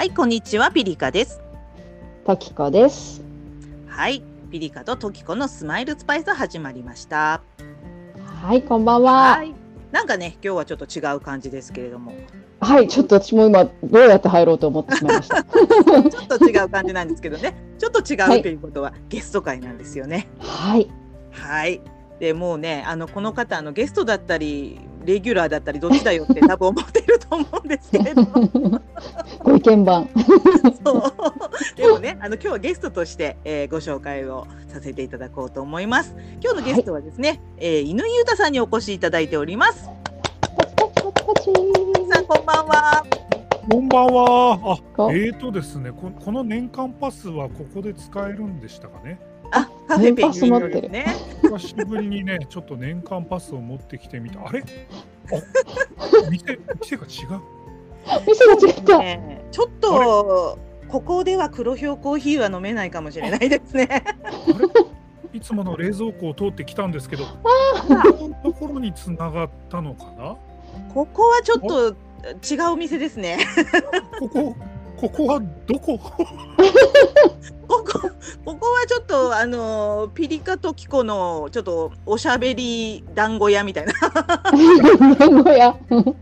はい、こんにちは、ピリカです。 トキコです。 はい、ピリカとトキコのスマイルスパイス始まりました。 はい、こんばんは。 はい、なんかね、今日はちょっと違う感じですけれども。 はい、ちょっと私も今どうやって入ろうと思ってしまいました。 ちょっと違う感じなんですけどね。ちょっと違うということは、ゲスト会なんですよね。 はい。 はい。でもうね、この方ゲストだったりレギュラーだったりどっちだよって多分思ってると思うんですけれども。 ご意見番。 そうでもね、今日はゲストとして、ご紹介をさせていただこうと思います。今日のゲストはですね、乾裕太さんにお越しいただいております。さん、こんばんは。 こんばんは。ですね、この年間パスはここで使えるんでしたかね。 カフェペンギンですね。 久しぶりにね、ちょっと年間パスを持ってきてみた。あれ？店が違う。 店が違った。 ちょっとここでは黒氷コーヒーは飲めないかもしれないですね。 いつもの冷蔵庫を通ってきたんですけど、このところに繋がったのかな。 ここはちょっと違うお店ですね。 ここはどこ？ ここはちょっとピリカトキコのちょっとおしゃべり団子屋みたいな。 団子屋。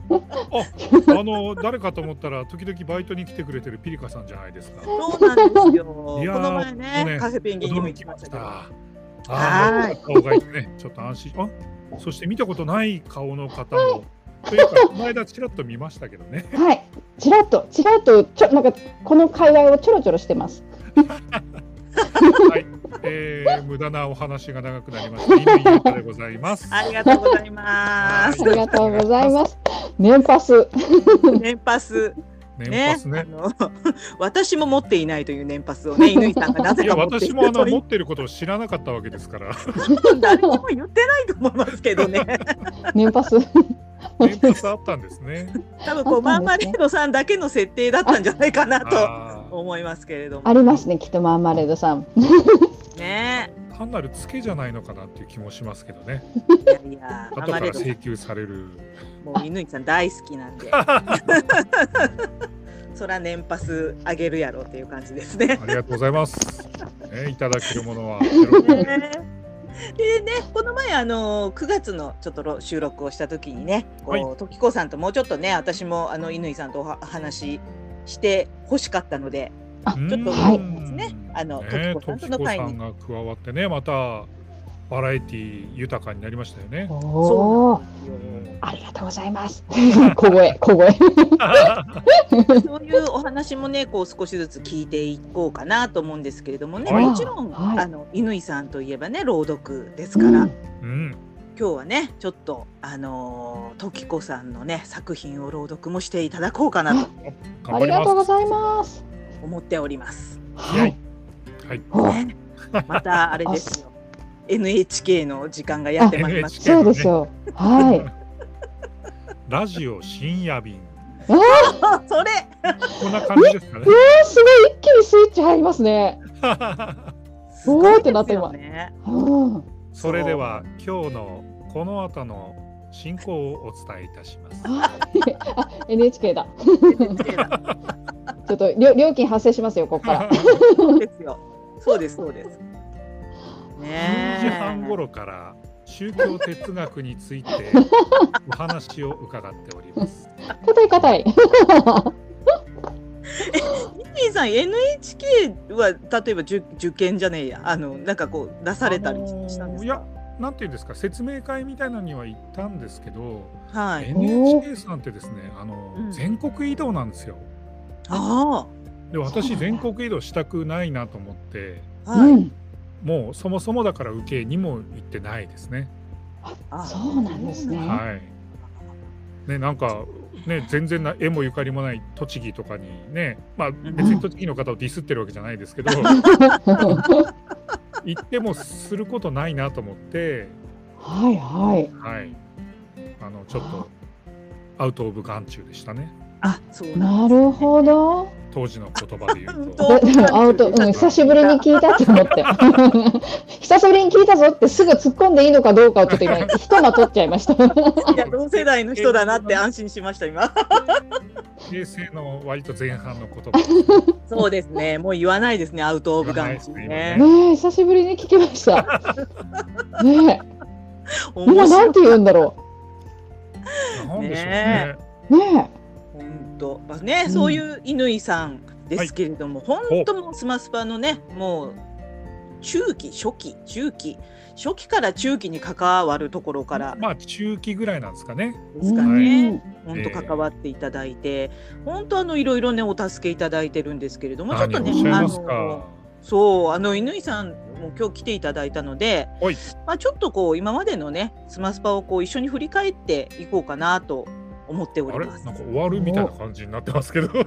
誰かと思ったら時々バイトに来てくれてるピリカさんじゃないですか。 そうなんですよ。この前ね、カフェペンギンにも行きましたけど。 はい。顔がいてね、ちょっと安心。そして見たことない顔の方も。というか、この間ちらっと見ましたけどね。 はい、ちらっとなんかこの界隈をちょろちょろしてます。 はい、無駄なお話が長くなりました。乾裕太でございます。 ありがとうございます。 ありがとうございます。年パス。 年パス。 ね。 私も持っていないという年パスをね、乾さんがなぜか持っている。 私も持っていることを知らなかったわけですから。 誰にも言ってないと思いますけどね。 年パス。 年パスあったんですね。 多分マーマレードさんだけの設定だったんじゃないかなと思いますけれども。 ありますね、きっとマーマレードさん。 ね。 単なるツケじゃないのかなっていう気もしますけどね。 いや後から請求される。 もう乾さん大好きなんで。そら年パスあげるやろっていう感じですね。 ありがとうございます。いただけるものは。 でね、この前9月のちょっと収録をした時にね、時子さんともうちょっとね、私も乾さんとお話して欲しかったので、ちょっとですね、時子さんとの会にが加わってね、またバラエティ豊かになりましたよね。 そうありがとうございます。小声。 そういうお話もね、少しずつ聞いていこうかなと思うんですけれどもね、もちろん乾さんといえばね、朗読ですから、今日はね、ちょっと時子さんのね作品を朗読もしていただこうかなと。 ありがとうございます。 思っております。 はい。 またあれですよ。NHK の時間がやってまいりました。 そうでしょう。はい。 ラジオ深夜便。 それ。 こんな感じですかね。 すごい一気にスイッチ入りますね。おーってなって今。 それでは今日のこの後の進行をお伝えいたします。 NHK だ。ちょっと料金発生しますよ、ここから。 そうですよ。そうです。 10時半頃から宗教哲学についてお話を伺っております。 硬い。 乾さん、NHK は例えば受験じゃねえや、なんか出されたりしたんですか？ いや、なんていうんですか、説明会みたいなのには行ったんですけど、 はい、 NHK さんってですね、全国移動なんですよ。で、私全国移動したくないなと思って、もうそもそもだから受けにも行ってないですね。 そうなんですね。 はい。ね、なんかね、全然縁もゆかりもない栃木とかにね、まあ別に栃木の方をディスってるわけじゃないですけど、行ってもすることないなと思って、 はい。 ちょっとアウトオブ眼中でしたね。 そうなるほど。 当時の言葉で言うと。 久しぶりに聞いたって思って。久しぶりに聞いたぞってすぐ突っ込んでいいのかどうかをちょっと今、一間取っちゃいました。 いや、同世代の人だなって安心しました、今。 平成の割と前半の言葉。 そうですね。もう言わないですね、アウトオブガンジーね。 ねえ、久しぶりに聞きました。ねえ。今なんて言うんだろう。なんでしょうね。 ねえ。 そういう乾さんですけれども、本当もスマスパのね、もう初期から中期に関わるところから、 まあ中期ぐらいなんですかね。 ですかね。本当関わっていただいて、本当いろいろねお助けいただいてるんですけれども、ちょっとねそう乾さんも今日来ていただいたので、まあちょっとこう今までのねスマスパをこう一緒に振り返っていこうかなと思っております。 なんか終わるみたいな感じになってますけど。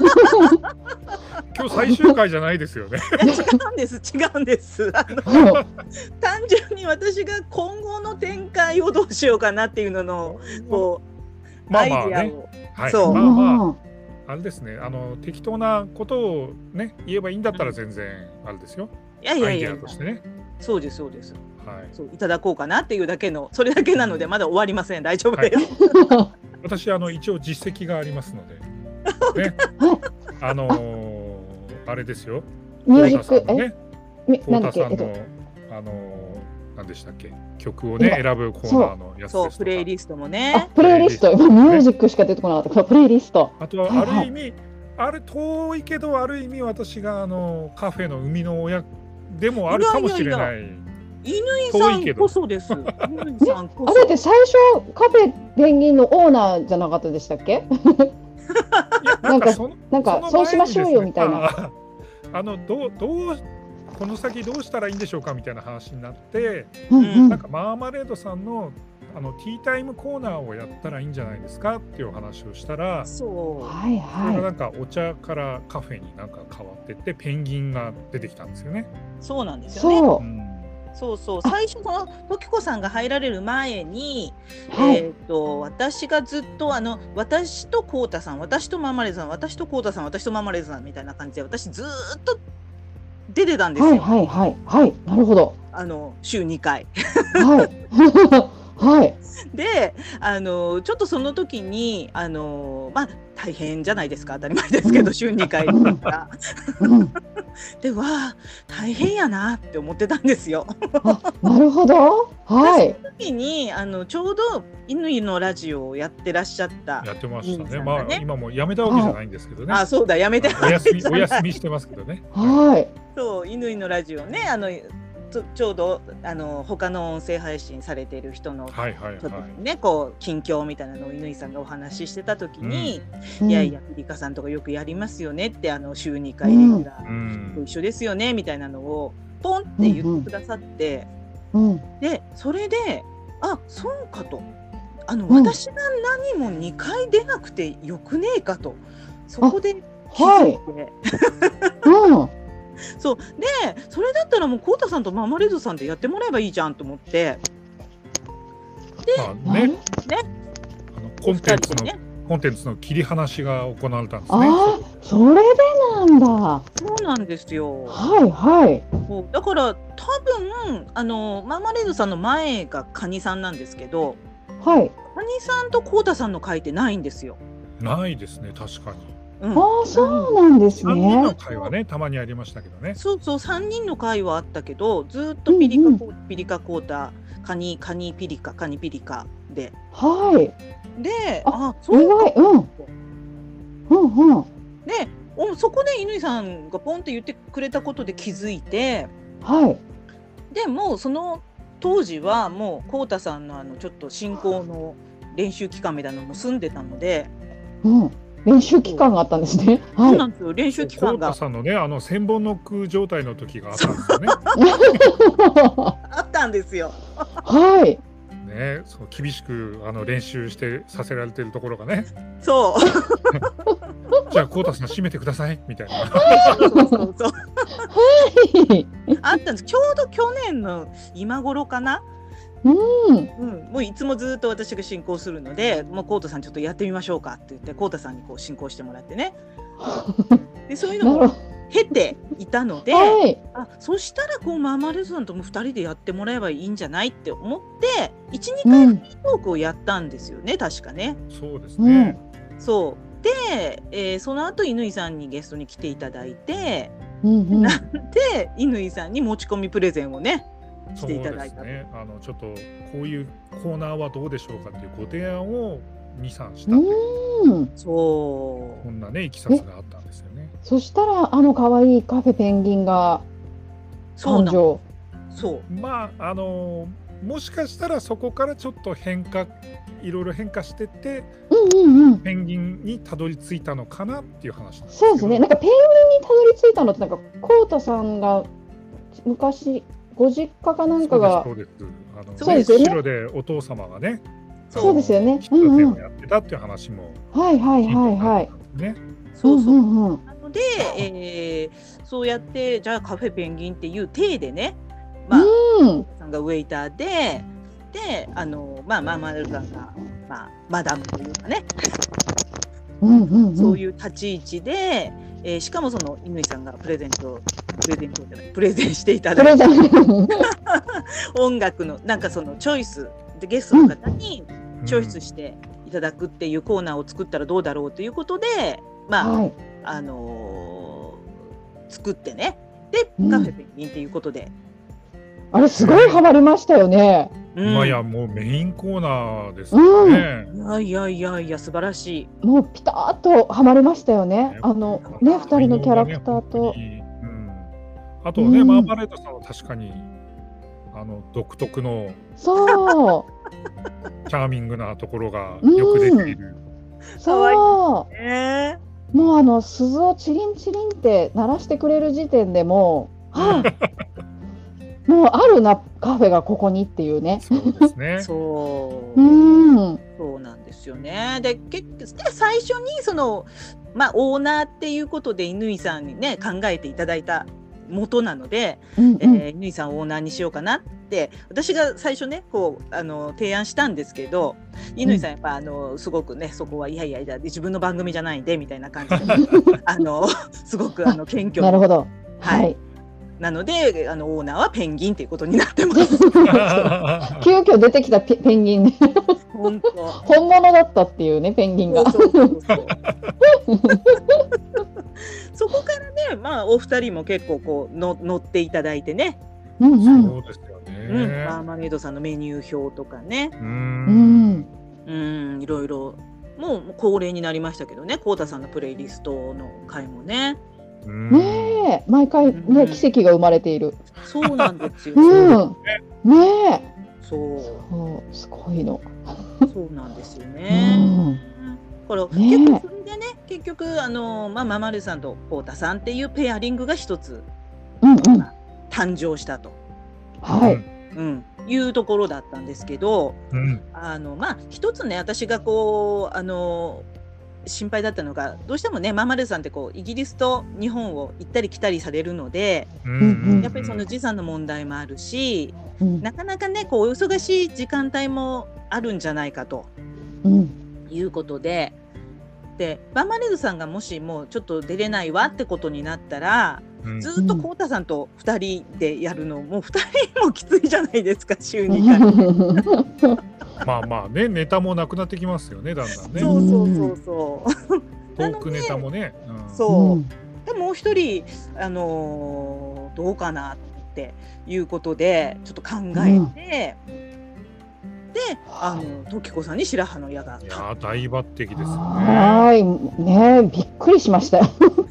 今日最終回じゃないですよね。 違うんです。単純に私が今後の展開をどうしようかなっていうののこうアイディアを、 そうまああれですね。適当なことをね言えばいいんだったら全然あれですよ。アイディアとしてね。 そうです。そういただこうかなっていうだけのそれだけなのでまだ終わりません。大丈夫です。 私一応実績がありますので、ね、あれですよ。 ミュージックなんだっけ何でしたっけ、曲をね選ぶコーナーのやつですとか。 そうプレイリストもね。 プレイリスト今ミュージックしか出てこなかった。プレイリスト。 あとはある意味あれ遠いけどある意味私がカフェの生みの親でもあるかもしれない。 乾さんこそです。乾さんこそ。あれって最初カフェペンギンのオーナーじゃなかったでしたっけ？なんかそうしましょうよみたいな。 この先どうしたらいいんでしょうかみたいな話になって、なんかマーマレードさんのティータイムコーナーをやったらいいんじゃないですかっていう話をしたら、それがなんかお茶からカフェになんか変わってってペンギンが出てきたんですよね。 そうなんですよね。そう最初の時子さんが入られる前に、私がずっと私とコウタさん、私とマーマレードさん、私とコウタさん、私とマーマレードさんみたいな感じで私ずっと出てたんですよ。 なるほど。 週2回。でちょっとその時にまあ大変じゃないですか、当たり前ですけど、週2回だから。で大変やなって思ってたんですよ。 なるほど。 その時にちょうど乾のラジオをやってらっしゃった。 やってましたね。まあ今もやめたわけじゃないんですけどね。 そうだ、やめてお休みしてますけどね。 そう乾のラジオねちょうど他の音声配信されている人のちょっとねこう近況みたいなのを乾さんがお話ししてた時に、いやいやピリカさんとかよくやりますよねって週2回レギュラーと一緒ですよねみたいなのをポンって言ってくださって、でそれでそうかと私が何も2回出なくてよくねえかとそこで気づいて。そうでそれだったらもうコウタさんとマーマレードさんでやってもらえばいいじゃんと思って、でコンテンツの切り離しが行われたんですね。 それでなんだ。 そうなんですよ。だから多分マーマレードさんの前がカニさんなんですけど、カニさんとコウタさんの回ってないんですよ。 ないですね、確かに。 そうなんですね。 3人の会はねたまにありましたけどね。 そう3人の会はあったけどずっとピリカコータカニピリカで、でそうでそこで乾さんがポンって言ってくれたことで気づいて、でもうその当時はもうコウタさんのちょっと進行の練習期間みたいなのも済んでたので。 練習期間があったんですね。 そうなんですよ。練習期間が。 コウタさんのね、1000本ノック状態の時があったんですよね。 あったんですよ。 ね、そう厳しく練習させられてるところがね。 そう。 じゃあコウタさん締めてくださいみたいな。 あったんです。ちょうど去年の今頃かな。 もういつもずっと私が進行するので、もうコウタさんちょっとやってみましょうかって言ってコウタさんにこう進行してもらってね。でそういうのも経ていたので、そしたらこうマーマレードさんとも2人でやってもらえばいいんじゃないって思って 1,2 回フリートークをやったんですよね、確かね。 そうですね。 そうで、その後乾さんにゲストに来ていただいて、なんで乾さんに持ち込みプレゼンをねしていただいた。 ちょっとこういうコーナーはどうでしょうかっていうご提案を2、3したこんなねいきさつがあったんですよね。 そしたら可愛いカフェペンギンが誕生。 まあもしかしたらそこからちょっといろいろ変化してってペンギンにたどり着いたのかなっていう話なんですけど。 そうですね。なんかペンギンにたどり着いたのってなんかコウタさんが昔ご実家かなんかがそうですよね。後ろでお父様がね、 そうですよね。 やってたっていう話もね。 なので、そうやってじゃあカフェペンギンっていう体でね、まあさんがウェイターでマーマレードさんがマダムというかね、そういう立ち位置で、しかもその乾さんがプレゼンしていただいた音楽のなんかそのチョイスでゲストの方にチョイスしていただくっていうコーナーを作ったらどうだろうということで、作ってね、でカフェペンギンっていうことで、 あれすごいハマりましたよね。 いやもうメインコーナーですよね。 いや素晴らしい。 もうピタッとハマりましたよね。2人のキャラクターと、 あとねマーマレードさんは確かに独特のチャーミングなところがよく出ている。 もう鈴をチリンチリンって鳴らしてくれる時点でもうもうあるなカフェがここにっていうね。 そうですね。 そうなんですよね。で最初にそのオーナーっていうことで乾さんにね考えていただいた元なので、乾さんをオーナーにしようかなって私が最初ねこう提案したんですけど、乾さんやっぱすごくねそこはいや自分の番組じゃないんでみたいな感じですごく謙虚なるほど。 なのでオーナーはペンギンということになってます。 急遽出てきたペンギンね。本物だったっていうねペンギンが。 そこからねお二人も結構こう乗っていただいてね。 そうですよね。 マーマレードさんのメニュー表とかね。いろいろもう恒例になりましたけどね、コウタさんのプレイリストの回もね。 毎回ね奇跡が生まれている。 そうなんですよ。 そうすごいの。 そうなんですよね。結局それでね結局マーマレーさんとコウタさんっていうペアリングが一つ誕生したと。いうところだったんですけど、一つね私がこう心配だったのがどうしてもねマーマレーさんってこうイギリスと日本を行ったり来たりされるので、やっぱりその時差の問題もあるし、なかなかねこうお忙しい時間帯もあるんじゃないかということで、マーマレードさんがもしもうちょっと出れないわってことになったら、ずっとコウタさんと2人でやるのもう2人もきついじゃないですか、週2回。 ねネタもなくなってきますよねだんだんね。 そうトークネタもね。 でもう一人どうかなっていうことでちょっと考えて、で時子さんに白羽の矢が。 大抜擢ですよね。びっくりしましたよ。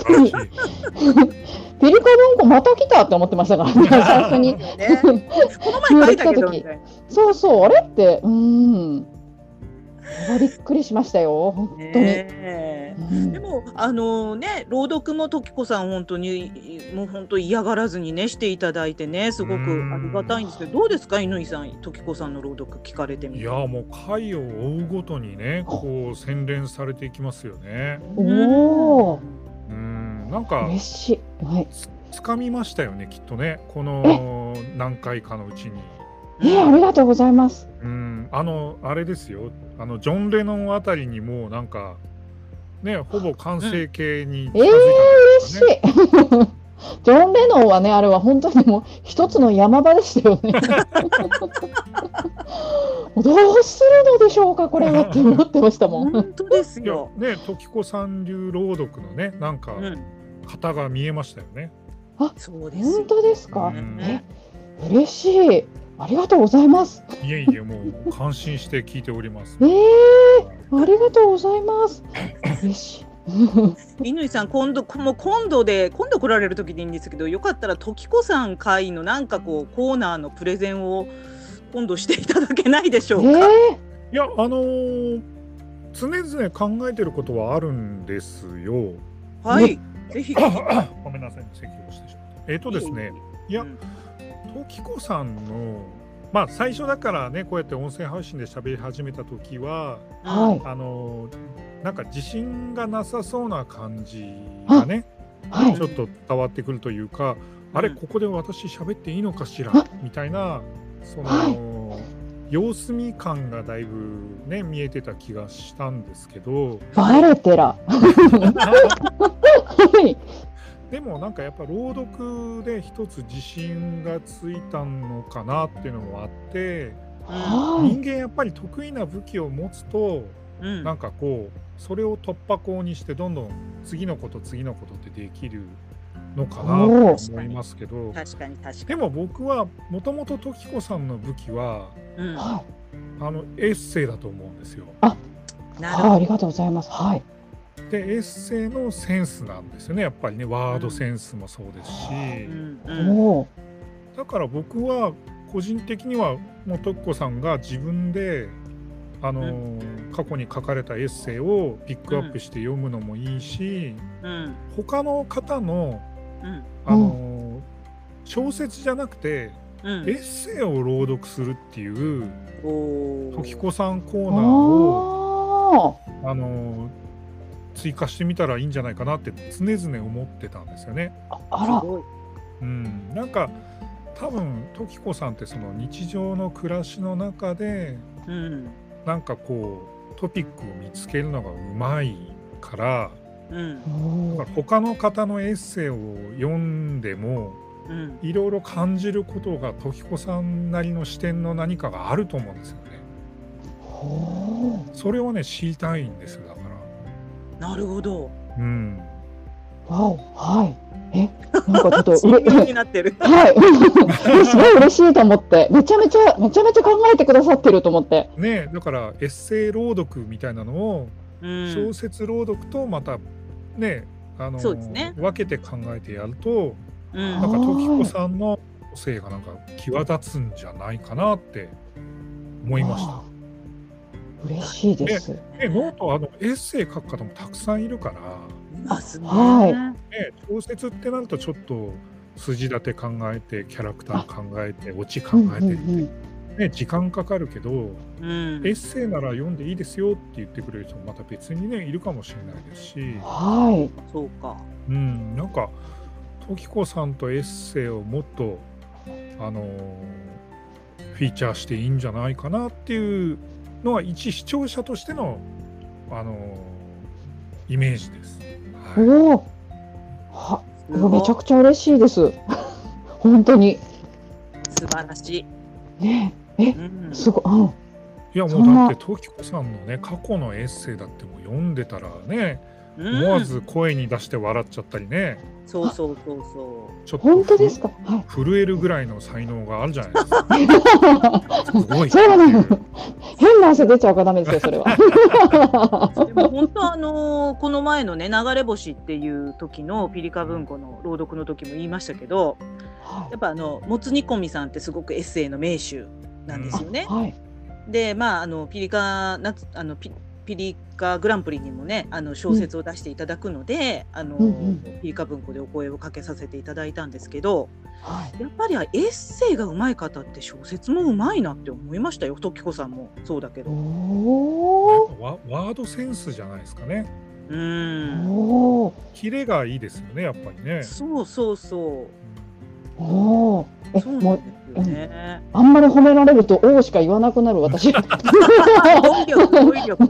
ピリカ文庫また来たって思ってましたからね、最初に。 この前書いたけどみたいな。 あれってびっくりしましたよ本当に。 でも朗読も時子さん本当にもう本当嫌がらずにねしていただいてねすごくありがたいんですけど、どうですか乾さん、時子さんの朗読聞かれてみて。 いやもう回を追うごとにねこう洗練されていきますよね。なんか嬉しい。 つかみましたよねきっとねこの何回かのうちに。 ありがとうございます。 あれですよ。ジョン・レノンあたりにもなんかね、ほぼ完成形に近づいたんですかね。 嬉しい。ジョン・レノンはね、あれは本当にもう一つの山場でしたよね。どうするのでしょうか、これはって思ってましたもん。 本当ですよ。 ね、時子さん流朗読のね、なんか型が見えましたよね。 そうです。 本当ですか。嬉しい。ありがとうございます。 いえいえ、もう感心して聞いております。 ありがとうございます。嬉しい。 乾さん、今度来られる時でいいんですけど、よかったら時子さん会のなんかこうコーナーのプレゼンを今度していただけないでしょうか。いや、常々考えてることはあるんですよ。 はい、ぜひ。 ごめんなさい、咳をしてしまった。ですね、いや、時子さんの最初だからね、こうやって音声配信で喋り始めた時は、なんか自信がなさそうな感じがね、ちょっと伝わってくるというか、あれ、ここで私喋っていいのかしらみたいな、その様子見感がだいぶね見えてた気がしたんですけど。 バレてら。 でもなんかやっぱ朗読で一つ自信がついたのかなっていうのもあって、人間やっぱり得意な武器を持つと、なんかこうそれを突破口にしてどんどん次のことってできるのかなと思いますけど。 確かにでも僕はもともと時子さんの武器は、エッセイだと思うんですよ。 ありがとうございます。 でエッセイのセンスなんですよね、やっぱりね。ワードセンスもそうですし、だから僕は個人的にはもう時子さんが自分で過去に書かれたエッセイをピックアップして読むのもいいし、他の方の小説じゃなくてエッセイを朗読するっていう時子さんコーナーを追加してみたらいいんじゃないかなって常々思ってたんですよね。なんか多分時子さんってその日常の暮らしの中で、なんかこうトピックを見つけるのがうまいから、だから他の方のエッセイを読んでも、いろいろ感じることが時子さんなりの視点の何かがあると思うんですよね。それをね知りたいんですよ。だから。 なるほど。 なんかちょっとすごいなってる。 すごい嬉しいと思って、めちゃめちゃ考えてくださってると思って。 ね、だからエッセイ朗読みたいなのを、小説朗読とまたね、分けて考えてやると、なんか時子さんの個性がなんか際立つんじゃないかなって思いました。 嬉しいです。 ノートエッセイ書く方もたくさんいるから。小説ってなるとちょっと筋立て考えてキャラクター考えてオチ考えてって時間かかるけど、エッセイなら読んでいいですよって言ってくれる人もまた別にねいるかもしれないですし。 そうか。 なんか時子さんとエッセイをもっとフィーチャーしていいんじゃないかなっていうのは一視聴者としてのイメージです。 めちゃくちゃ嬉しいです。本当に素晴らしい。 すごい。 いやもうだって時子さんのね過去のエッセイだってもう読んでたらね、思わず声に出して笑っちゃったりね。 ちょっと本当ですか。 震えるぐらいの才能があるじゃないですか。すごい。 そうなの。変な汗出ちゃうからダメですよそれは。 でも本当この前のね流れ星っていう時のピリカ文庫の朗読の時も言いましたけど、やっぱもつ煮込みさんってすごくエッセイの名手なんですよね。でピリカピリカグランプリにもね小説を出していただくので、ピリカ文庫でお声をかけさせていただいたんですけど、やっぱりエッセイが上手い方って小説も上手いなって思いましたよ。時子さんもそうだけど。 ワードセンスじゃないですかね。キレがいいですよねやっぱりね。 おお。もう、あんまり褒められるとおおしか言わなくなる私。語彙力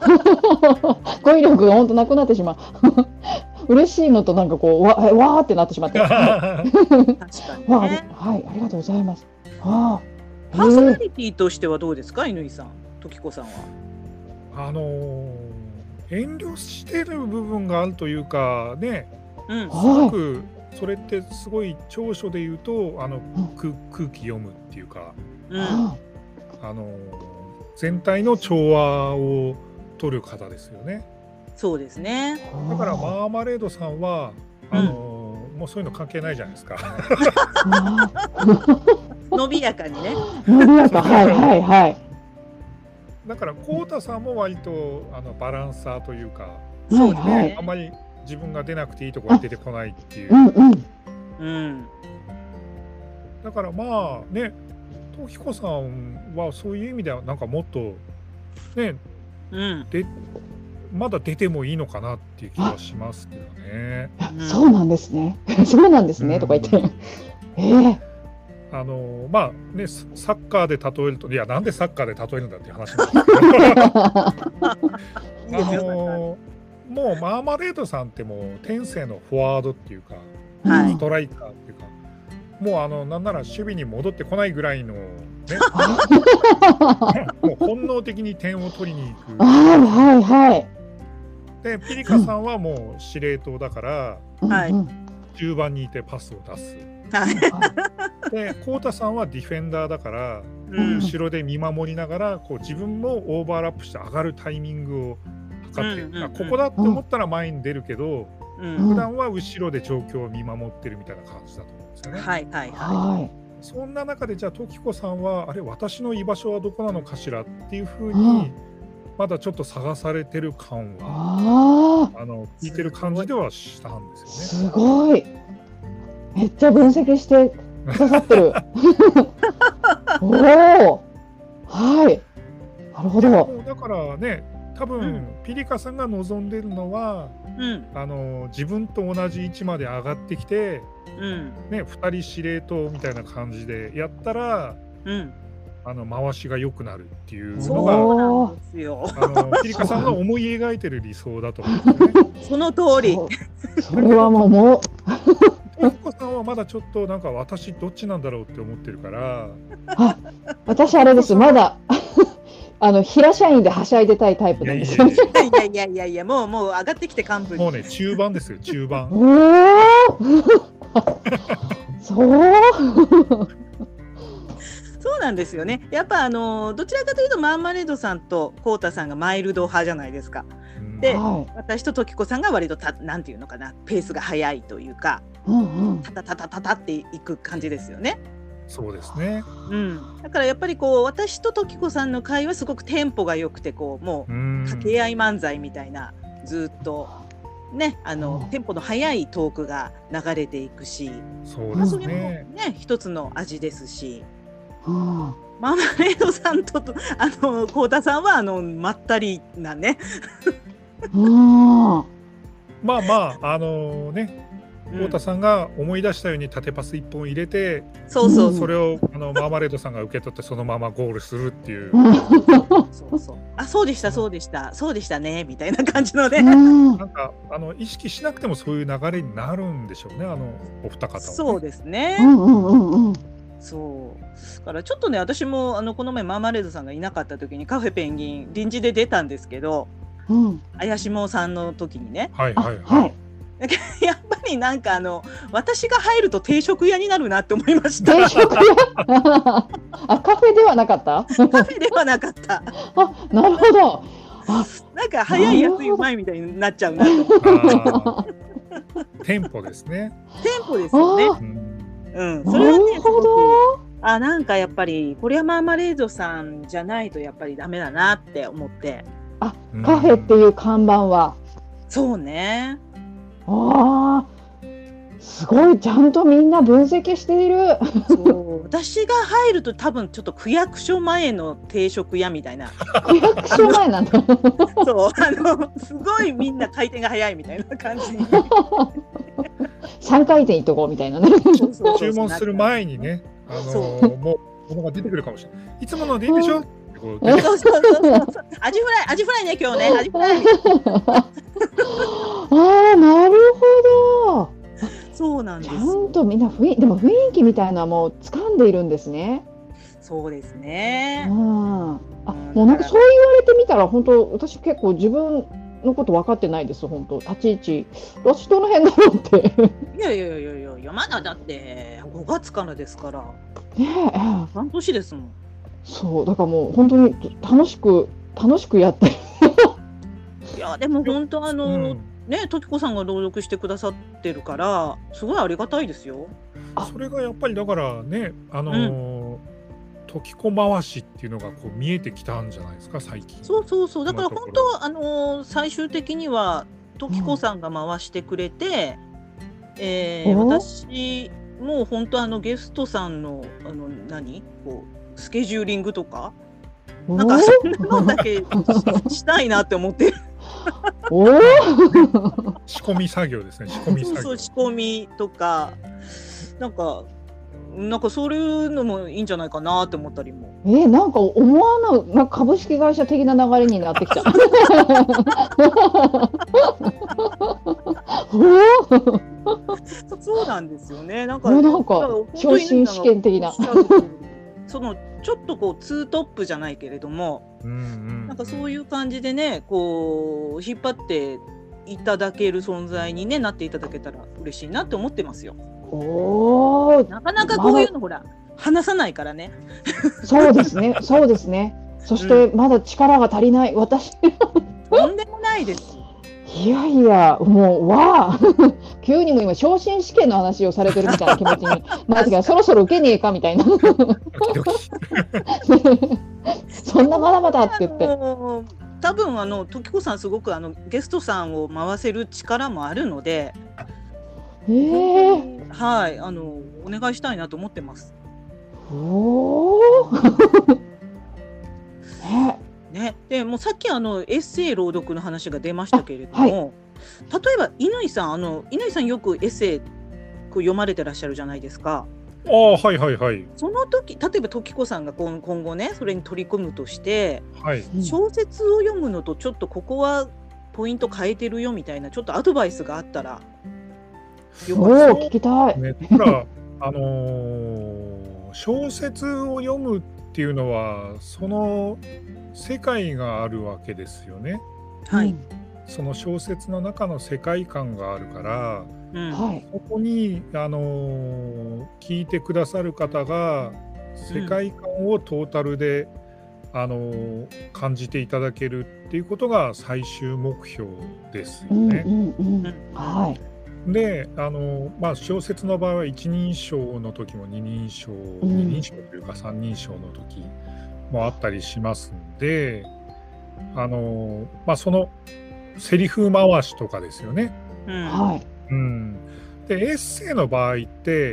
が本当なくなってしまう。嬉しいのとなんかこうわーってなってしまって。確かに、はい、ありがとうございます。 パーソナリティとしてはどうですか、乾さん、時子さんは。 遠慮してる部分があるというかね、すごくそれってすごい長所で言うと空気読むっていうか、全体の調和を取る方ですよね。 そうですね。 だからマーマレードさんはもうそういうの関係ないじゃないですか。 伸びやかにね。 伸びやか、はいはいはい。 だからコウタさんも割とバランサーというか、 そうですね。 あんまり自分が出なくていいところに出てこないっていう。だからまあね、時子さんはそういう意味ではなんかもっとね、まだ出てもいいのかなっていう気がしますけどね。 そうなんですね。そうなんですねとか言って。 まあね、サッカーで例えると、いやなんでサッカーで例えるんだっていう話なんですけどもうマーマレードさんってもう天性のフォワードっていうか、ストライカーっていうか、もうなんなら守備に戻ってこないぐらいのねもう本能的に点を取りに行く。 はいはい。 でピリカさんはもう司令塔だから、中盤にいてパスを出す。でコウタさんはディフェンダーだから、後ろで見守りながらこう自分もオーバーラップして上がるタイミングを測って、ここだって思ったら前に出るけど、普段は後ろで状況を見守ってるみたいな感じだと思うんですよね。そんな中でじゃあ時子さんはあれ私の居場所はどこなのかしらっていうふうにまだちょっと探されてる感は聞いてる感じではしたんですよね。 すごい。めっちゃ分析してくださってる。おお、はい。なるほど。 だからね、多分、ピリカさんが望んでるのは、自分と同じ位置まで上がってきて、ね、2人司令塔みたいな感じでやったら、回しが良くなるっていうのがピリカさんが思い描いてる理想だと思うんですよね。 その通り。 それはもうトキコさんはまだちょっとなんか私どっちなんだろうって思ってるから。 私あれです、まだ平社員ではしゃいでたいタイプなんですよ。 いやもう上がってきて幹部に。 もうね中盤ですよ、中盤。 そうなんですよね。やっぱどちらかというとマーマレードさんとコウタさんがマイルド派じゃないですか。で、私と時子さんが割となんていうのかな、ペースが速いというか、タタタタタタっていく感じですよね。 そうですね。 だからやっぱりこう私と時子さんの会はすごくテンポが良くてこうもう掛け合い漫才みたいなずっとねテンポの速いトークが流れていくし、 そうですね。 それもね一つの味ですし。マーマレードさんとコウタさんはまったりなね。 まあね、コウタさんが思い出したように縦パス1本入れて、それをマーマレードさんが受け取ってそのままゴールするっていう。 そうでしたねみたいな感じのね。 なんか意識しなくてもそういう流れになるんでしょうね、お二方は。 そうですね。そうだからちょっとね、私もこの前マーマレードさんがいなかった時にカフェペンギン臨時で出たんですけど、綾下さんの時にね、やっぱりなんか私が入ると定食屋になるなって思いました。 定食屋カフェではなかった？ カフェではなかった。 なるほど。 なんか早い安いうまいみたいになっちゃうなと。 テンポですね。 テンポですよね。それはね、すごくなんかやっぱりこれはマーマレードさんじゃないとやっぱりダメだなって思って。 カフェっていう看板は。 そうね。 すごいちゃんとみんな分析している。 そう私が入ると多分ちょっと区役所前の定食屋みたいな。 区役所前なんだ。 そうすごいみんな回転が早いみたいな感じに 3回転いっとこうみたいなね。 注文する前にね、もう物が出てくるかもしれない。いつものでいいでしょってこう出てくる。 そうそうそうそう。アジフライね今日ね。アジフライ。 ああ、なるほど。 そうなんです。 ちゃんとみんなでも雰囲気みたいなのも掴んでいるんですね。 そうですね。 もうなんかそう言われてみたら本当私結構自分のこと分かってないです本当立ち位置私どの辺だろうって。 いやまだだって5月からですから。 ねえ。 半年ですもん。 そうだからもう本当に楽しくやってる。 いやでも本当ね、時子さんが朗読してくださってるからすごいありがたいですよ。 それがやっぱりだからね、時子回しっていうのがこう見えてきたんじゃないですか最近。 そうだから本当最終的には時子さんが回してくれて、私もう本当ゲストさんのこうスケジューリングとかなんかそんなのだけしたいなって思ってる。 仕込み作業ですね。仕込み作業。 そう仕込みとかなんかそういうのもいいんじゃないかなって思ったりも。 なんか思わなんか株式会社的な流れになってきた。 そうなんですよね。なんか昇進試験的な。 そのちょっとこうツートップじゃないけれども、なんかそういう感じでね、こう引っ張っていただける存在に、ね、なっていただけたら嬉しいなって思ってますよ。なかなかこういうのほら話さないからね。 そうですね。そしてまだ力が足りない私。 とんでもないです。 いやもう急にも今昇進試験の話をされてるみたいな気持ちになってきた。そろそろ受けねえかみたいな。そんなまだまだって言って。 多分時子さんすごくゲストさんを回せる力もあるので、はい、お願いしたいなと思ってます。ね、でもうさっきエッセイ朗読の話が出ましたけれども、例えば乾さんよくエッセイ読まれてらっしゃるじゃないですか。 はい。 その時例えば時子さんが今後ねそれに取り組むとして、小説を読むのとちょっとここはポイント変えてるよみたいなちょっとアドバイスがあったら聞きたい。 だから小説を読むっていうのはその世界があるわけですよね。その小説の中の世界観があるから、そこに聞いてくださる方が世界観をトータルで、感じていただけるっていうことが最終目標ですよね。で小説の場合は一人称の時も二人称というか三人称の時もあったりしますんで、そのセリフ回しとかですよね。でエッセイの場合って、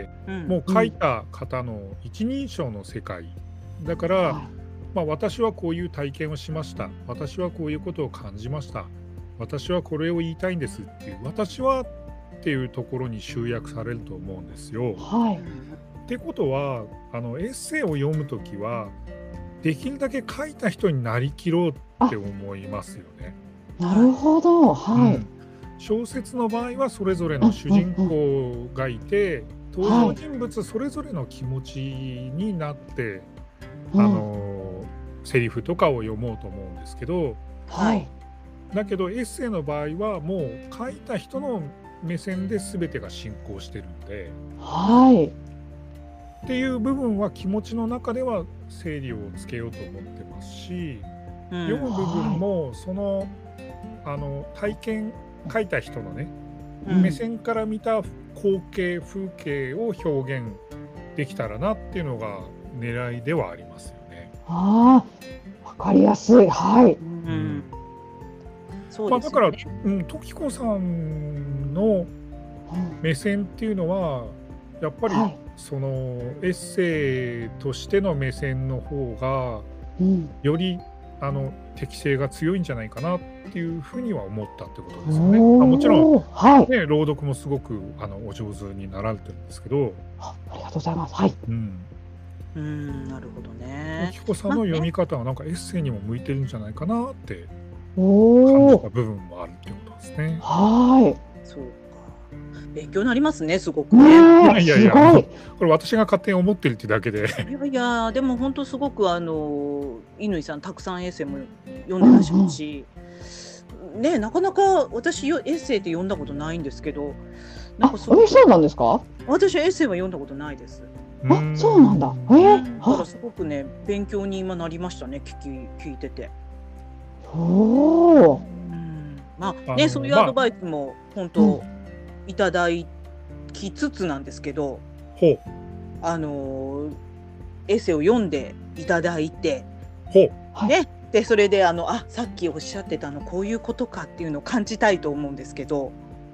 もう書いた方の一人称の世界だから、私はこういう体験をしました、私はこういうことを感じました、私はこれを言いたいんですっていう私はっていうところに集約されると思うんですよ。ってことはエッセイを読むときはできるだけ書いた人になりきろうって思いますよね。 なるほど。 小説の場合はそれぞれの主人公がいて、登場人物それぞれの気持ちになって、セリフとかを読もうと思うんですけど、だけどエッセイの場合はもう書いた人の目線で全てが進行してるんで、っていう部分は気持ちの中では整理をつけようと思ってますし、読む部分もその体験書いた人のね、目線から見た光景風景を表現できたらなっていうのが狙いではありますよね。 わかりやすい。 だから時子さんの目線っていうのはやっぱりそのエッセイとしての目線の方がより適性が強いんじゃないかなっていうふうには思ったってことですよね。もちろん、ね、朗読もすごくお上手になられてるんですけど。 ありがとうございます。はい。 なるほどね。 時子さんの読み方はなんかエッセイにも向いてるんじゃないかなって感じた部分もあるってことですね。 そうか。勉強になりますね、すごくね。 いやいや、これ私が勝手に思ってるってだけで。 いやいや、でも本当すごく乾さんたくさんエッセイも読んでらっしゃるし、ね、なかなか私エッセイって読んだことないんですけど、 なんかそうなんですか？ 私はエッセイは読んだことないです。 そうなんだ。 だからすごくね、勉強に今なりましたね、聞いてて。まあね、そういうアドバイスも本当いただきつつなんですけど、エッセイを読んでいただいて、ね、でそれでさっきおっしゃってたこういうことかっていうのを感じたいと思うんですけど。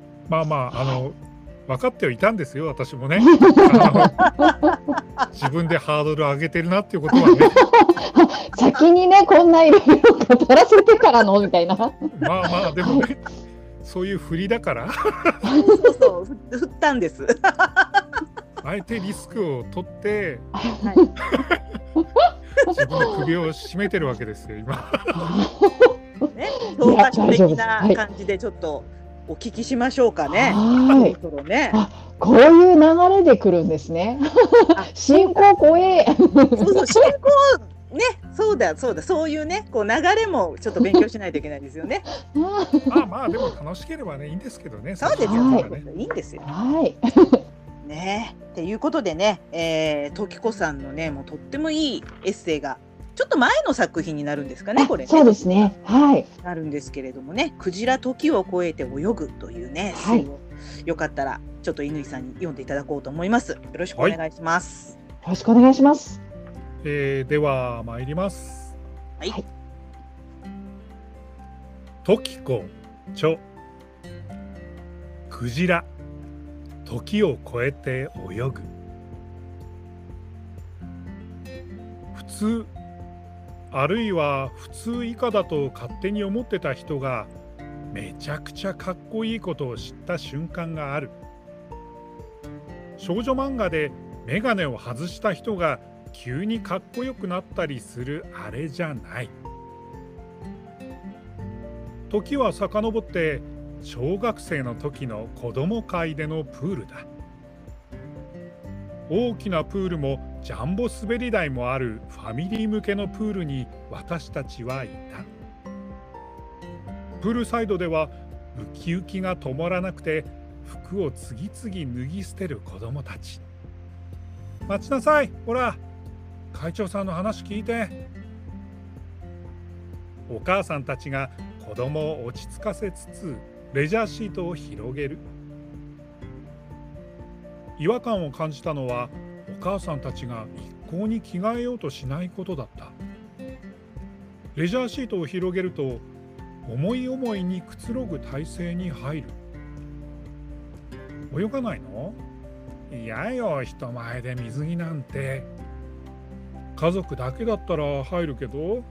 分かってはいたんですよ、私もね。自分でハードル上げてるなっていうことはね。 先にね、こんないろいろ語らせてからのみたいな。 でもね、そういう振りだから。 そう振ったんです。 あえてリスクを取って、自分で首を絞めてるわけですよ、今。 教科書的な感じでちょっとお聞きしましょうかね。 こういう流れで来るんですね。進行怖え。 進行ね、そういうね、こう流れもちょっと勉強しないといけないですよね。 でも楽しければね、いいんですけどね。 そうですよね。いいんですよ。ね、っていうことでね、時子さんのね、もうとってもいいエッセイが。ちょっと前の作品になるんですかね、これね。 そうですね。 なるんですけれどもね、クジラ時を越えて泳ぐというね、よかったらちょっと乾さんに読んでいただこうと思います。よろしくお願いします。 よろしくお願いします。 では参ります。 はい。 時子著クジラ時を越えて泳ぐ。普通あるいは普通以下だと勝手に思ってた人がめちゃくちゃかっこいいことを知った瞬間がある。少女漫画でメガネを外した人が急にかっこよくなったりするあれじゃない。時は遡って小学生の時の子供会でのプールだ。大きなプールもジャンボ滑り台もあるファミリー向けのプールに私たちはいた。プールサイドではウキウキが止まらなくて服を次々脱ぎ捨てる子供たち。待ちなさい、ほら会長さんの話聞いて。お母さんたちが子供を落ち着かせつつレジャーシートを広げる。違和感を感じたのはお母さんたちが一向に着替えようとしないことだった。レジャーシートを広げると思い思いにくつろぐ体勢に入る。泳がないの？いやよ、人前で水着なんて。家族だけだったら入るけど。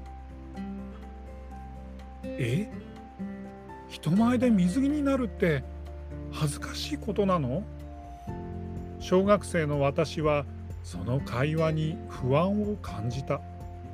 人前で水着になるって恥ずかしいことなの？小学生の私はその会話に不安を感じた。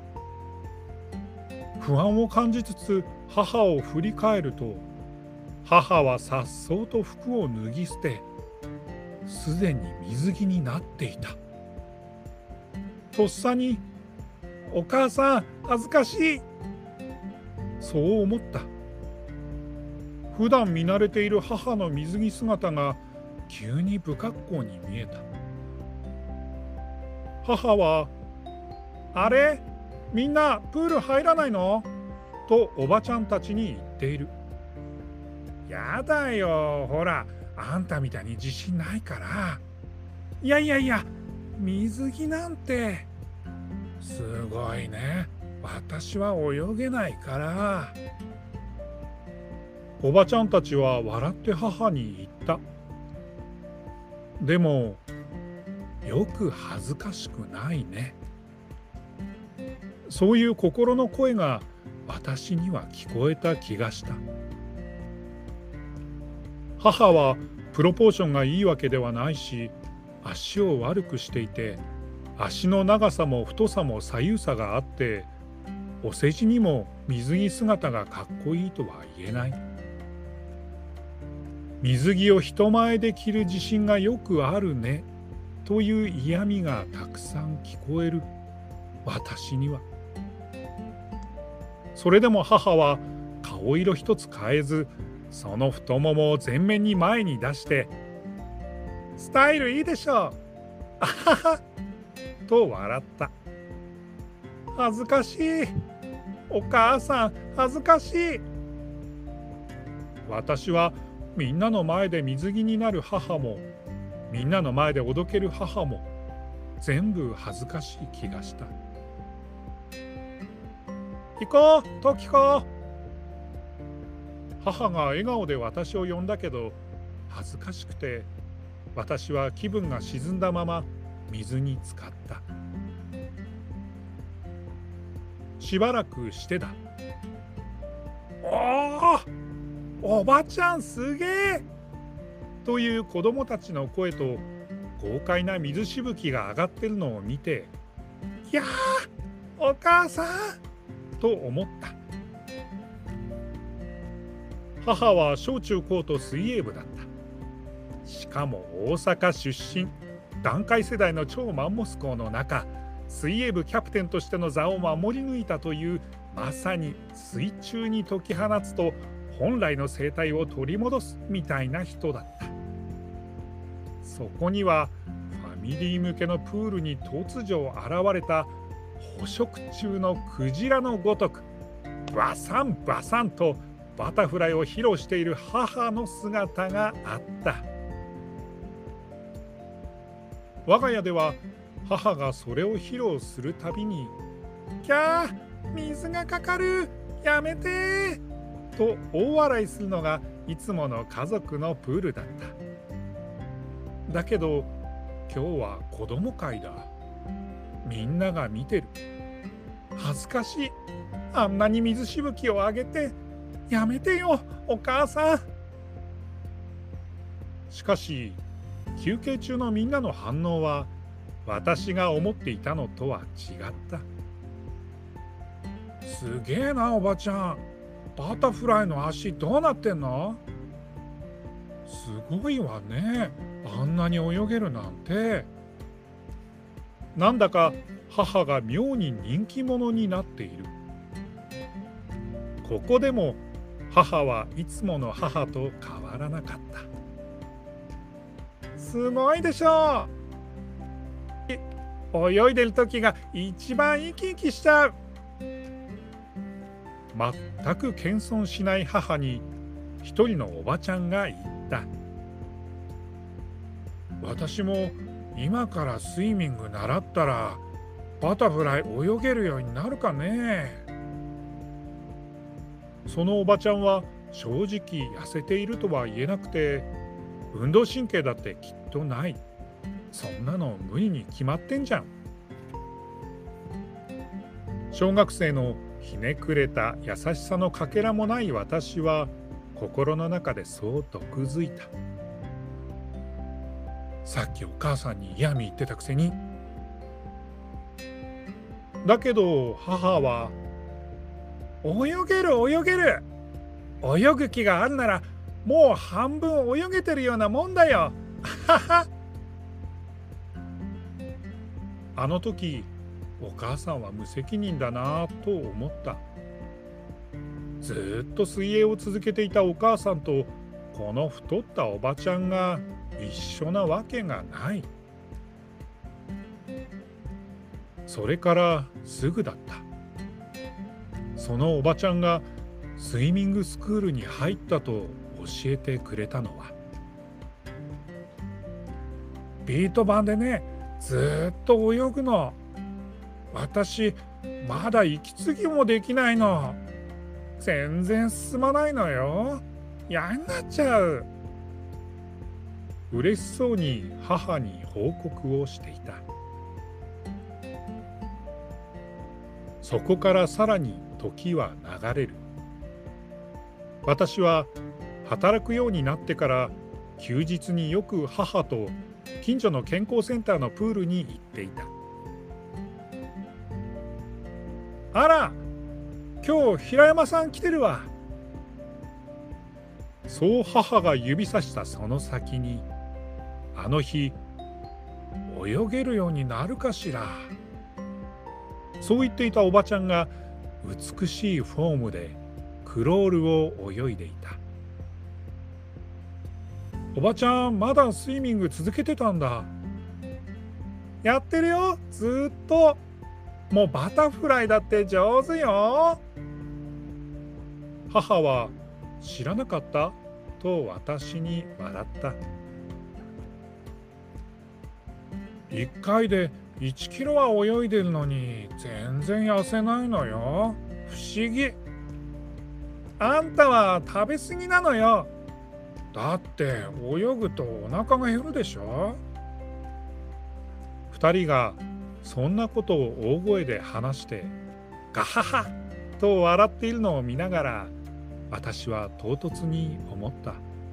不安を感じつつ母を振り返ると、母はさっそうと服を脱ぎ捨て、すでに水着になっていた。とっさに「お母さん恥ずかしい」そう思った。普段見慣れている母の水着姿が急に不格好に見えた。母は「あれ？みんなプール入らないの？」とおばちゃんたちに言っている。やだよ、ほらあんたみたいに自信ないから。いやいやいや、水着なんて。すごいね、私は泳げないから。おばちゃんたちは笑って母に言った。でもよく恥ずかしくないね。そういう心の声が私には聞こえた気がした。母はプロポーションがいいわけではないし、足を悪くしていて、足の長さも太さも左右差があって、お世辞にも水着姿がかっこいいとは言えない。水着を人前で着る自信がよくあるねという嫌味がたくさん聞こえる私には。それでも母は顔色一つ変えず、その太ももを前面に前に出して「スタイルいいでしょうあはは」と笑った。恥ずかしい。お母さん恥ずかしい。私はみんなの前で水着になる母も、みんなの前でおどける母も、全部恥ずかしい気がした。行こう、時子。母が笑顔で私を呼んだけど、恥ずかしくて、私は気分が沈んだまま水に浸かった。しばらくしてだ。おばちゃんすげえという子供たちの声と豪快な水しぶきが上がってるのを見て、いやー、お母さんと思った。母は小中高と水泳部だった。しかも大阪出身、団塊世代の超マンモス校の中、水泳部キャプテンとしての座を守り抜いたという、まさに水中に解き放つと本来の生態を取り戻すみたいな人だった。そこにはファミリー向けのプールに突如現れた捕食中のクジラのごとく、バサンバサンとバタフライを披露している母の姿があった。我が家では母がそれを披露するたびに「キャー、水がかかる、やめて」と大笑いするのがいつもの家族のプールだった。だけど今日は子供会だ。みんなが見てる。恥ずかしい。あんなに水しぶきを上げて。やめてよ、お母さん。しかし休憩中のみんなの反応は私が思っていたのとは違った。すげえな、おばちゃん。バタフライの足どうなってんの？すごいわね。あんなに泳げるなんて。なんだか母が妙に人気者になっている。ここでも母はいつもの母と変わらなかった。すごいでしょう。泳いでる時が一番生き生きしちゃう。全く謙遜しない母に一人のおばちゃんが言った。私も今からスイミング習ったらバタフライ泳げるようになるかね。そのおばちゃんは正直痩せているとは言えなくて、運動神経だってきっとない。そんなの無理に決まってんじゃん。小学生のひねくれた優しさのかけらもない私は心の中でそう毒づいた。さっきお母さんに嫌味言ってたくせに。だけど母は泳げる泳げる、泳ぐ気があるならもう半分泳げてるようなもんだよ。あの時お母さんは無責任だなぁと思った。ずっと水泳を続けていたお母さんとこの太ったおばちゃんが一緒なわけがない。それからすぐだった。そのおばちゃんがスイミングスクールに入ったと教えてくれたのは、ビート板でね、ずっと泳ぐの。私まだ息継ぎもできないの。全然進まないのよ。嫌になっちゃう。嬉しそうに母に報告をしていた。そこからさらに時は流れる。私は働くようになってから休日によく母と近所の健康センターのプールに行っていた。あら、今日平山さん来てるわ。そう母が指さしたその先に、あの日泳げるようになるかしら。そう言っていたおばちゃんが美しいフォームでクロールを泳いでいた。おばちゃん、まだスイミング続けてたんだ。やってるよ、ずっと。もうバタフライだって上手よ。母は知らなかったと私に笑った。1回で1キロは泳いでるのに全然痩せないのよ。不思議。あんたは食べ過ぎなのよ。だって泳ぐとお腹が減るでしょ。2人がそんなことを大声で話してガハハと笑っているのを見ながら、私は唐突に思った。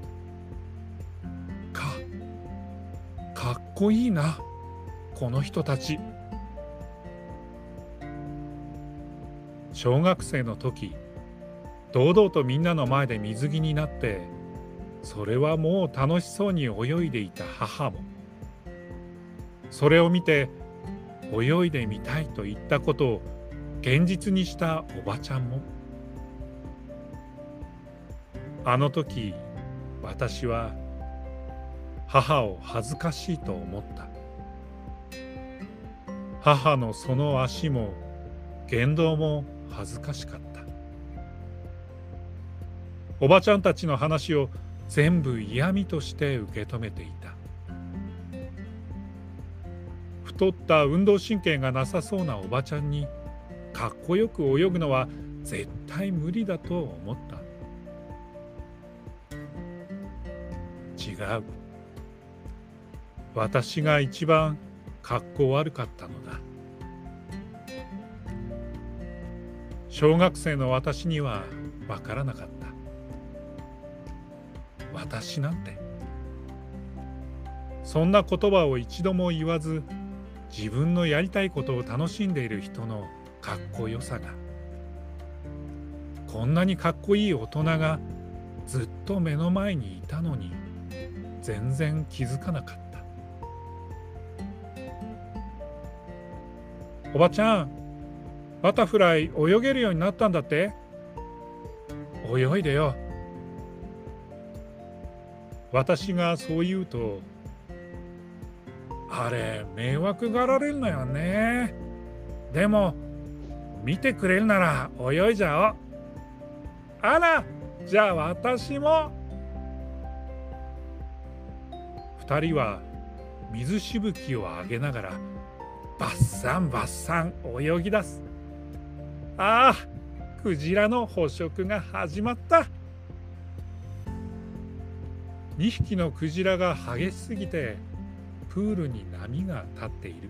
かっこいいな、この人たち。小学生の時、堂々とみんなの前で水着になって、それはもう楽しそうに泳いでいた母も、それを見て泳いでみたいと言ったことを現実にしたおばちゃんも、あの時私は母を恥ずかしいと思った。母のその足も言動も恥ずかしかった。おばちゃんたちの話を全部嫌味として受け止めていた。太った運動神経がなさそうなおばちゃんにかっこよく泳ぐのは絶対無理だと思った。違う。私が一番かっこ悪かったのだ。小学生の私にはわからなかった。私なんて。そんな言葉を一度も言わず、自分のやりたいことを楽しんでいる人のかっこよさが、こんなにかっこいい大人がずっと目の前にいたのに全然気づかなかった。おばちゃん、バタフライ泳げるようになったんだって。泳いでよ。私がそう言うと、あれ迷惑がられるのよね。でも見てくれるなら泳いじゃおう。あら、じゃあ私も。二人は水しぶきを上げながらバッサンバッサン泳ぎ出す。ああ、クジラの捕食が始まった。2匹のクジラが激しすぎてプールに波が立っている。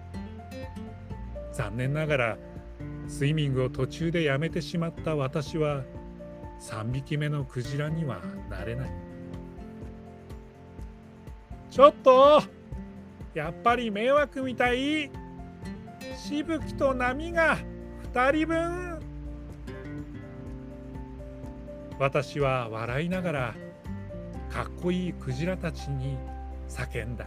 残念ながらスイミングを途中でやめてしまった私は3匹目のクジラにはなれない。ちょっと、やっぱり迷惑みたい。しぶきと波が2人分。私は笑いながらかっこいいクジラたちに叫んだ。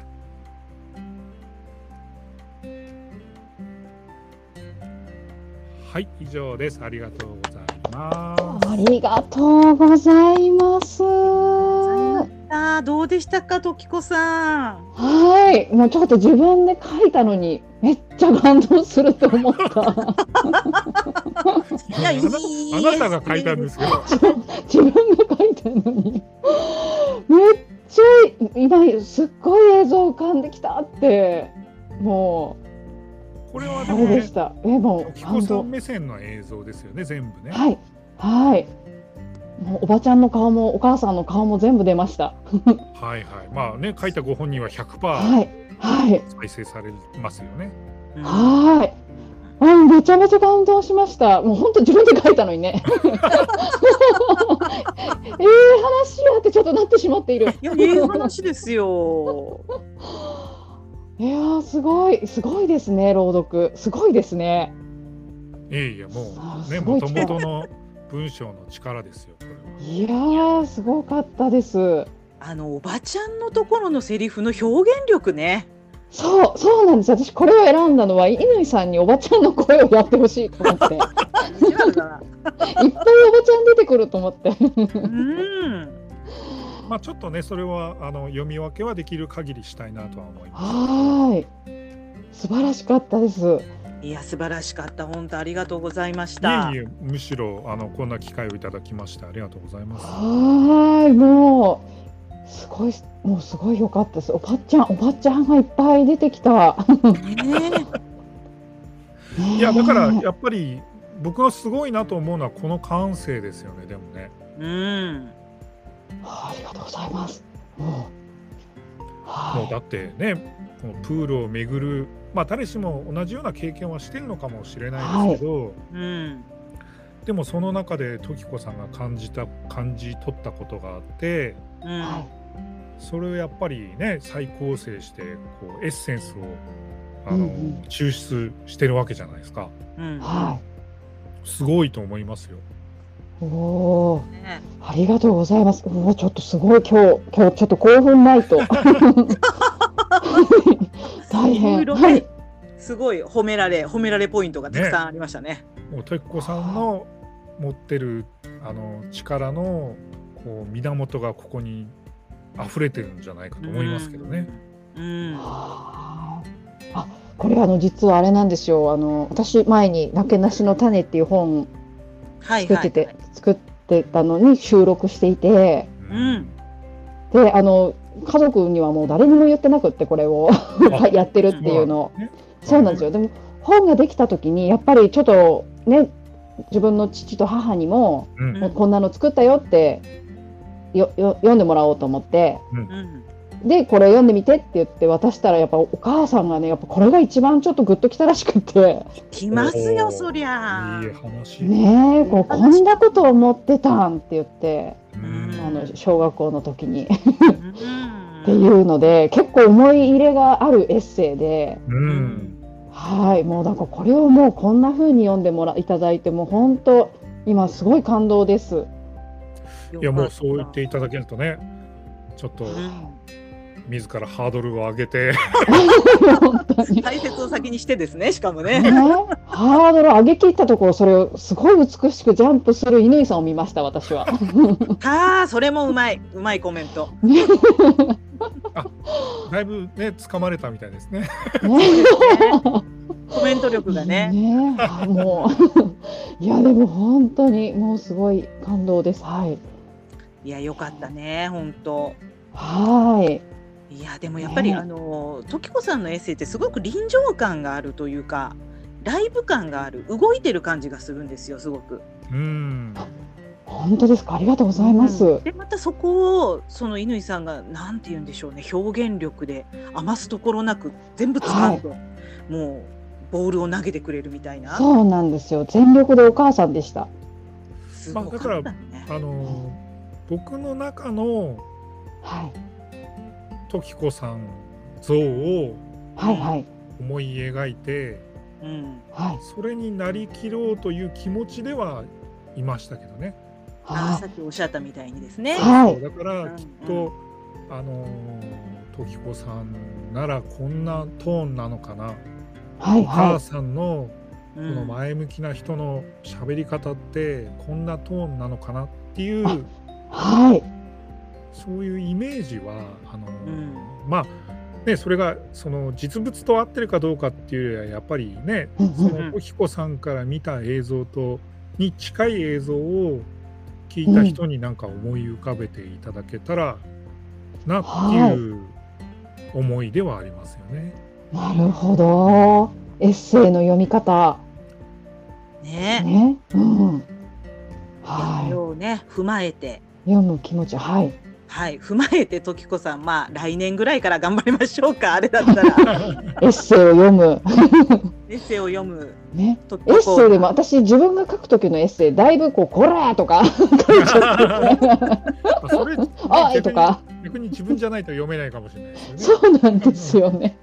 はい、以上です。ありがとうございます。 ありがとうございます。 どうでしたか、時子さん。 はい、もうちょっと自分で書いたのにめっちゃ感動すると思った。 いや、 あなたが書いたんですよ。 自分が書いたのにめっちゃ今すっごい映像浮かんできたって。もうこれはでもね、 時子さん目線の映像ですよね、全部ね。 はいはい。もうおばちゃんの顔もお母さんの顔も全部出ました。 はいはい。まあね、書いたご本人は 100% はいはい再生されますよね。 はい。めっちゃめちゃ感動しました。もう本当自分で書いたのにね。話やってちょっとなってしまっている。 いや、いい話ですよ。 いやー、すごいですね、朗読。すごいですね。 いやいや、もうね、もともとの文章の力ですよ、これは。 いやー、すごかったです。 おばちゃんのところのセリフの表現力ね。 そうなんです。私これを選んだのは乾さんにおばちゃんの声をやってほしいと思って。いっぱいおばちゃん出てくると思って。 まあちょっとね、それは読み分けはできる限りしたいなとは思います。 はい。素晴らしかったです。 いや、素晴らしかった。本当ありがとうございました。 いえいえ、むしろこんな機会をいただきましてありがとうございます。 はい、もうすごい良かったです。おばちゃんがいっぱい出てきた。 いや、だからやっぱり僕がすごいなと思うのはこの感性ですよね。でもね。 ありがとうございます。もうだってね、このプールを巡る、まあ誰しも同じような経験はしてるのかもしれないですけど、でもその中で時子さんが感じ取ったことがあって、それをやっぱりね再構成してこうエッセンスを抽出してるわけじゃないですか。すごいと思いますよ。 ありがとうございます。ちょっとすごい今日ちょっと興奮ないと。大変。 すごい褒められポイントがたくさんありましたね。 もう時子さんの持ってる力のこう源がここに溢れてるんじゃないかと思いますけどね。 これ実はあれなんですよ。私前になけなしの種っていう本作ってたのに収録していて、で家族にはもう誰にも言ってなくって、これをやってるっていうの。そうなんですよ。でも本ができた時にやっぱりちょっとね、自分の父と母にも、こんなの作ったよって読んでもらおうと思って、でこれ読んでみてって言って渡したら、やっぱお母さんがね、やっぱこれが一番ちょっとグッときたらしくて。 きますよ、そりゃ。 いい話ねえ、こんなこと思ってたんって言って、小学校の時にっていうので、結構思い入れがあるエッセイで、もうなんかこれをもうこんな風に読んでいただいて、もう本当今すごい感動です。 いや、もうそう言っていただけるとね、ちょっと自らハードルを上げて大切を先にしてですね、しかもね、 ハードルを上げ切ったところ、それをすごい美しくジャンプする乾さんを見ました、私は。 それもうまいコメント。 だいぶね掴まれたみたいですね。 コメント力がね。 もういや、でも本当にもうすごい感動です。 いや、よかったね、本当。いや、でもやっぱり時子さんのエッセイってすごく臨場感があるというか、ライブ感がある、動いてる感じがするんですよ、すごく。 本当ですか。ありがとうございます。 でまたそこをその乾さんがなんて言うんでしょうね、表現力で余すところなく全部使うと、もうボールを投げてくれるみたいな。 そうなんですよ。全力でお母さんでした。 すごかったね。 僕の中の時子さん像を思い描いて、それになりきろうという気持ちではいましたけどね。 さっきおっしゃったみたいにですね。 だからきっと時子さんならこんなトーンなのかな、お母さんのこの前向きな人の喋り方ってこんなトーンなのかなっていう、そういうイメージはまあね、それがその実物と合ってるかどうかっていうよりはやっぱりね、その時子さんから見た映像に近い映像を聞いた人になんか思い浮かべていただけたらなっていう思いではありますよね。 なるほど。エッセイの読み方をね踏まえて読む気持ち、 はい、踏まえて時子さん、まあ来年ぐらいから頑張りましょうか。あれだったらエッセイを読むエッセイを読む、 ね、エッセイでも私自分が書く時のエッセイだいぶこう「こら!」とか書いちゃってそれ、ね、あいとか逆に自分じゃないと読めないかもしれないですよね。 そうなんですよね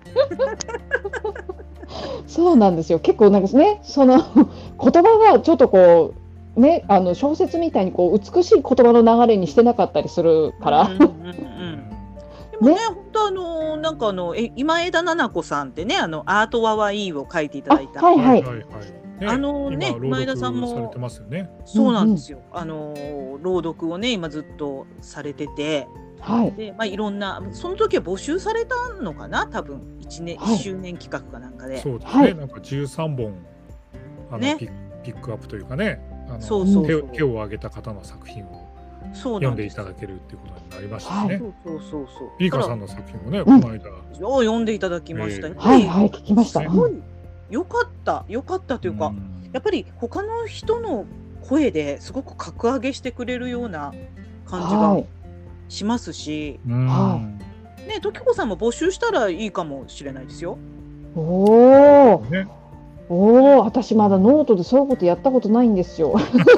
そうなんですよ。結構なんかね、その言葉がちょっとこうね、小説みたいにこう美しい言葉の流れにしてなかったりするから。でもね、本当なんか今枝菜々子さんってね、アートワワイーを書いていただいた。 はいはい。 ね、今枝さんもされてますよね。 そうなんですよ。朗読をね今ずっとされてて、 はい。 でいろんなその時は募集されたのかな、多分1周年企画かなんかで。 そうですね。なんか13本ねピックアップというかね、手を挙げた方の作品を読んでいただけるっていうことになりましたね。 そうピーカさんの作品もね、この間読んでいただきました。 はいはい、聞きました。 よかったというか、やっぱり他の人の声ですごく格上げしてくれるような感じがしますし、ね、時子さんも募集したらいいかもしれないですよ。 おお、私まだノートでそういうことやったことないんですよ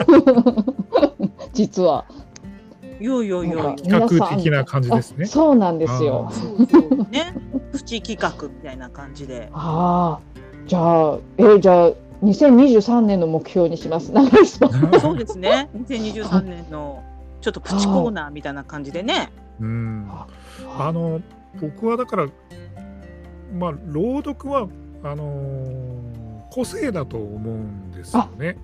実は。 いや企画的な感じですね。 そうなんですよ。 ね、プチ企画みたいな感じで。 じゃあ2023年の目標にします。 そうですね。2023年のちょっとプチコーナーみたいな感じでね。 僕はだから朗読は個性だと思うんですよね。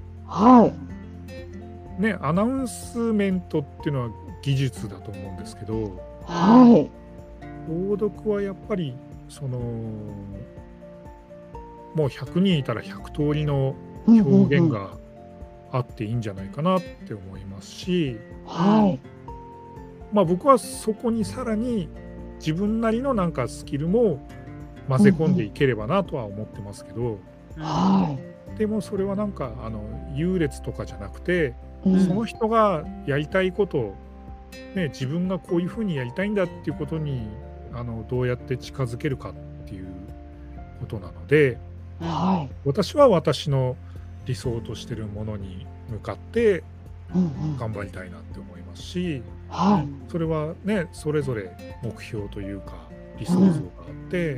ね、アナウンスメントっていうのは技術だと思うんですけど、朗読はやっぱりもう100人いたら100通りの表現があっていいんじゃないかなって思いますし、僕はそこにさらに自分なりのなんかスキルも混ぜ込んでいければなとは思ってますけど、でもそれはなんか優劣とかじゃなくて、その人がやりたいことを、ね、自分がこういうふうにやりたいんだっていうことにどうやって近づけるかっていうことなので、私は私の理想としてるものに向かって頑張りたいなって思いますし、それはねそれぞれ目標というか理想像があって、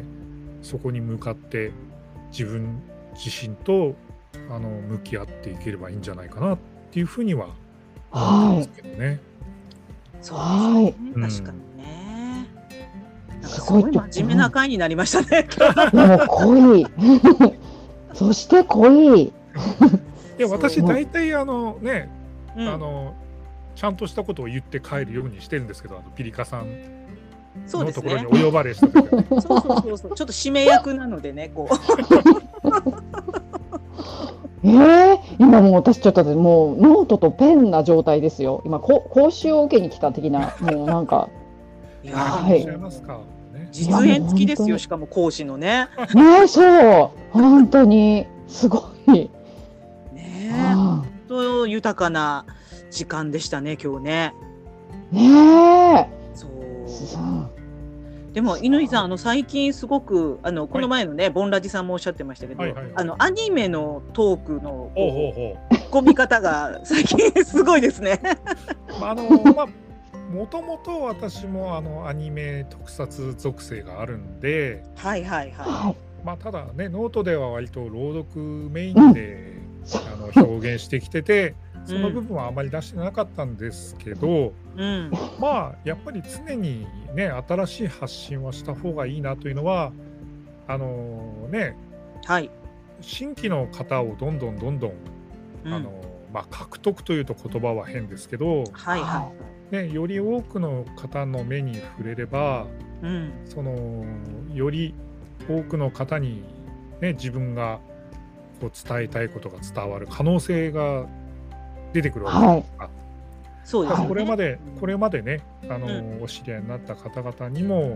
そこに向かって自分自身と向き合っていければいいんじゃないかなっていうふうには思ってますけどね。 そうですね、確かにね。すごい真面目な回になりましたね。 もう濃いそして濃い。 いや私大体ね、ちゃんとしたことを言って帰るようにしてるんですけど、ピリカさんのところにお呼ばれした時は、 そうちょっと締め役なのでね、こう今もう私ちょっともうノートとペンな状態ですよ。今講習を受けに来た的な、もうなんか実演付きですよ。しかも講師のね。 そう本当にすごい本当豊かな時間でしたね今日ね。でも乾さん最近すごくこの前のねボンラジさんもおっしゃってましたけど、アニメのトークの込み方が最近すごいですね。 もともと私もアニメ特撮属性があるんで、ただねノートでは割と朗読メインで表現してきてて、その部分はあまり出してなかったんですけど、やっぱり常にね新しい発信はした方がいいなというのは新規の方をどんどん獲得というと言葉は変ですけど、より多くの方の目に触れれば、より多くの方に、自分がこう伝えたいことが伝わる可能性が出てくるわけですから、 そうですね。 これまでねお知り合いになった方々にも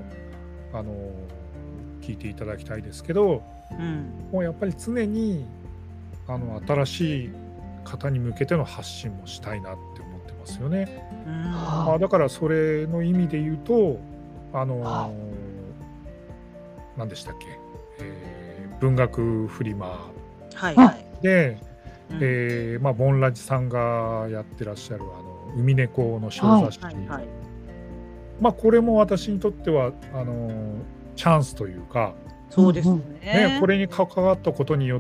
聞いていただきたいですけど、もうやっぱり常に新しい方に向けての発信もしたいなって思思ってますよね。だからそれの意味で言うと何でしたっけ、文学フリマで、ボンラジさんがやってらっしゃる海猫の小雑誌、これも私にとってはチャンスというか、 そうですね、 これに関わったことによって、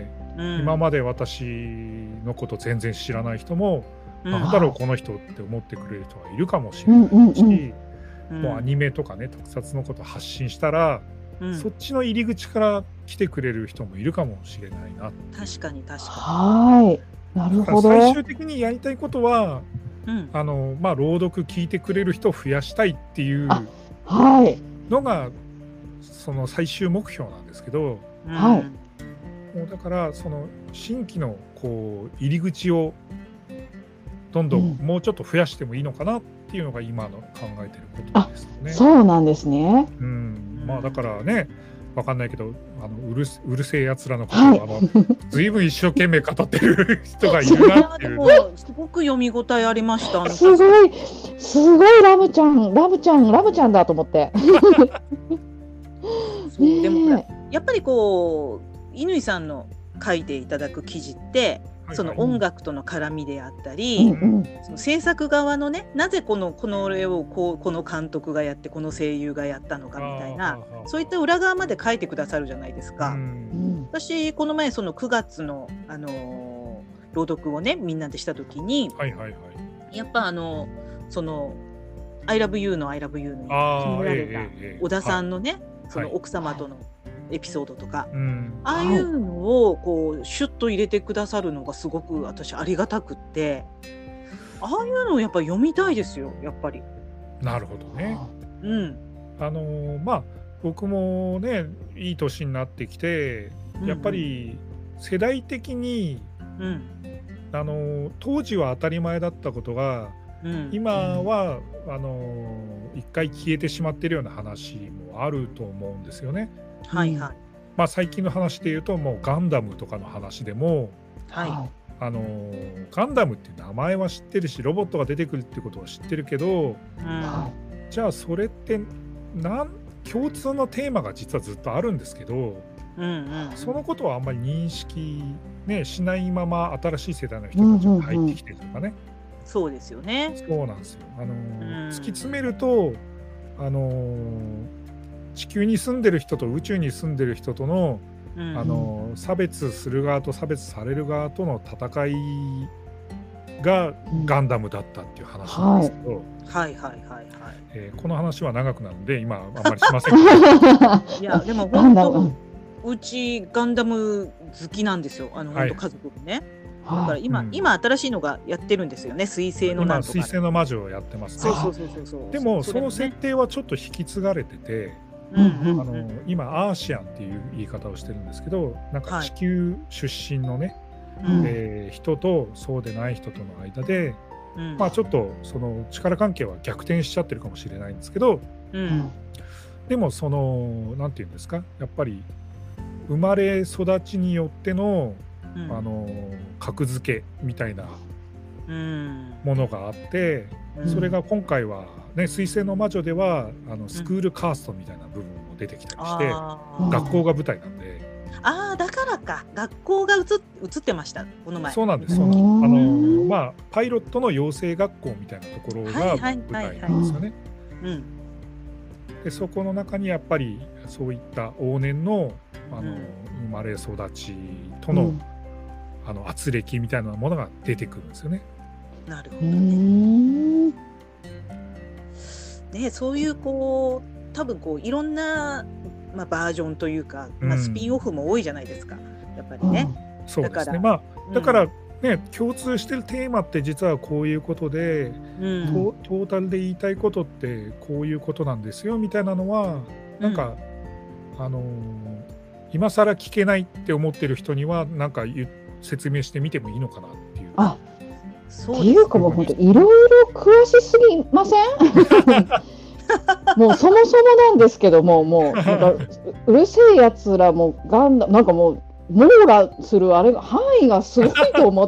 今まで私のこと全然知らない人も、なんだろうこの人って思ってくれる人はいるかもしれないし、もうアニメとかね特撮のこと発信したら、そっちの入り口から来てくれる人もいるかもしれないな。 確かにはい、なるほど。 最終的にやりたいことは、朗読聞いてくれる人を増やしたいっていうのがその最終目標なんですけど、もうだからその新規のこう入り口をどんどんもうちょっと増やしてもいいのかなっていうのが今の考えてることですね。 そうなんですね。 だからね、わかんないけどうるせえやつらのことをずいぶん一生懸命語ってる人がいるなっていうすごく読み応えありました。 すごいラムちゃんだと思ってでもやっぱりこう乾さんの書いていただく記事ってその音楽との絡みであったり、その制作側のね、なぜこの例をこの監督がやってこの声優がやったのかみたいな、そういった裏側まで書いてくださるじゃないですか。私この前その9月の朗読をねみんなでした時に、やっぱその「I love you」の「I love you」に決められた小田さんのね、その奥様とのエピソードとか、ああいうのをこうシュッと入れてくださるのがすごく私ありがたくって、ああいうのをやっぱ読みたいですよ、やっぱり。 なるほどね。僕もねいい年になってきて、やっぱり世代的に、当時は当たり前だったことが、今は一回消えてしまっているような話もあると思うんですよね。最近の話でいうともうガンダムとかの話でも、ガンダムっていう名前は知ってるしロボットが出てくるってことは知ってるけど、じゃあそれって共通のテーマが実はずっとあるんですけど、そのことはあんまり認識、しないまま新しい世代の人たちが入ってきてるとかね。 そうですよね。 そうなんですよ。突き詰めると地球に住んでる人と宇宙に住んでる人との、差別する側と差別される側との戦いがガンダムだったっていう話なんですけど、この話は長くなるので今あんまりしませんけどいやでも本当うちガンダム好きなんですよ。本当家族もね。だから今新しいのがやってるんですよね。水星のなんとか。 水星の魔女をやってますね。でもその設定はちょっと引き継がれてて、今アーシアンっていう言い方をしてるんですけど、なんか地球出身のね、人とそうでない人との間で、ちょっとその力関係は逆転しちゃってるかもしれないんですけど、でもそのなんていうんですか、やっぱり生まれ育ちによっての格付けみたいなものがあって、それが今回はね、水星の魔女ではスクールカーストみたいな部分も出てきたりして、学校が舞台なんで。 だからか、学校が映ってましたこの前。 そうなんです。パイロットの養成学校みたいなところが舞台なんですよね。でそこの中にやっぱりそういった往年の生まれ育ちとの圧力みたいなものが出てくるんですよね。 なるほどね。そういう多分いろんな、バージョンというか、スピンオフも多いじゃないですか、やっぱりね。 そうですね。だからね、共通してるテーマって実はこういうことで、トータルで言いたいことってこういうことなんですよみたいなのはなんか、今更聞けないって思ってる人にはなんか説明してみてもいいのかなっていう。 っていうかもう本当いろいろ詳しすぎませんもうそもそもなんですけども、なんかうるせえやつらもなんかもう網羅するあれが範囲がすごいと思って。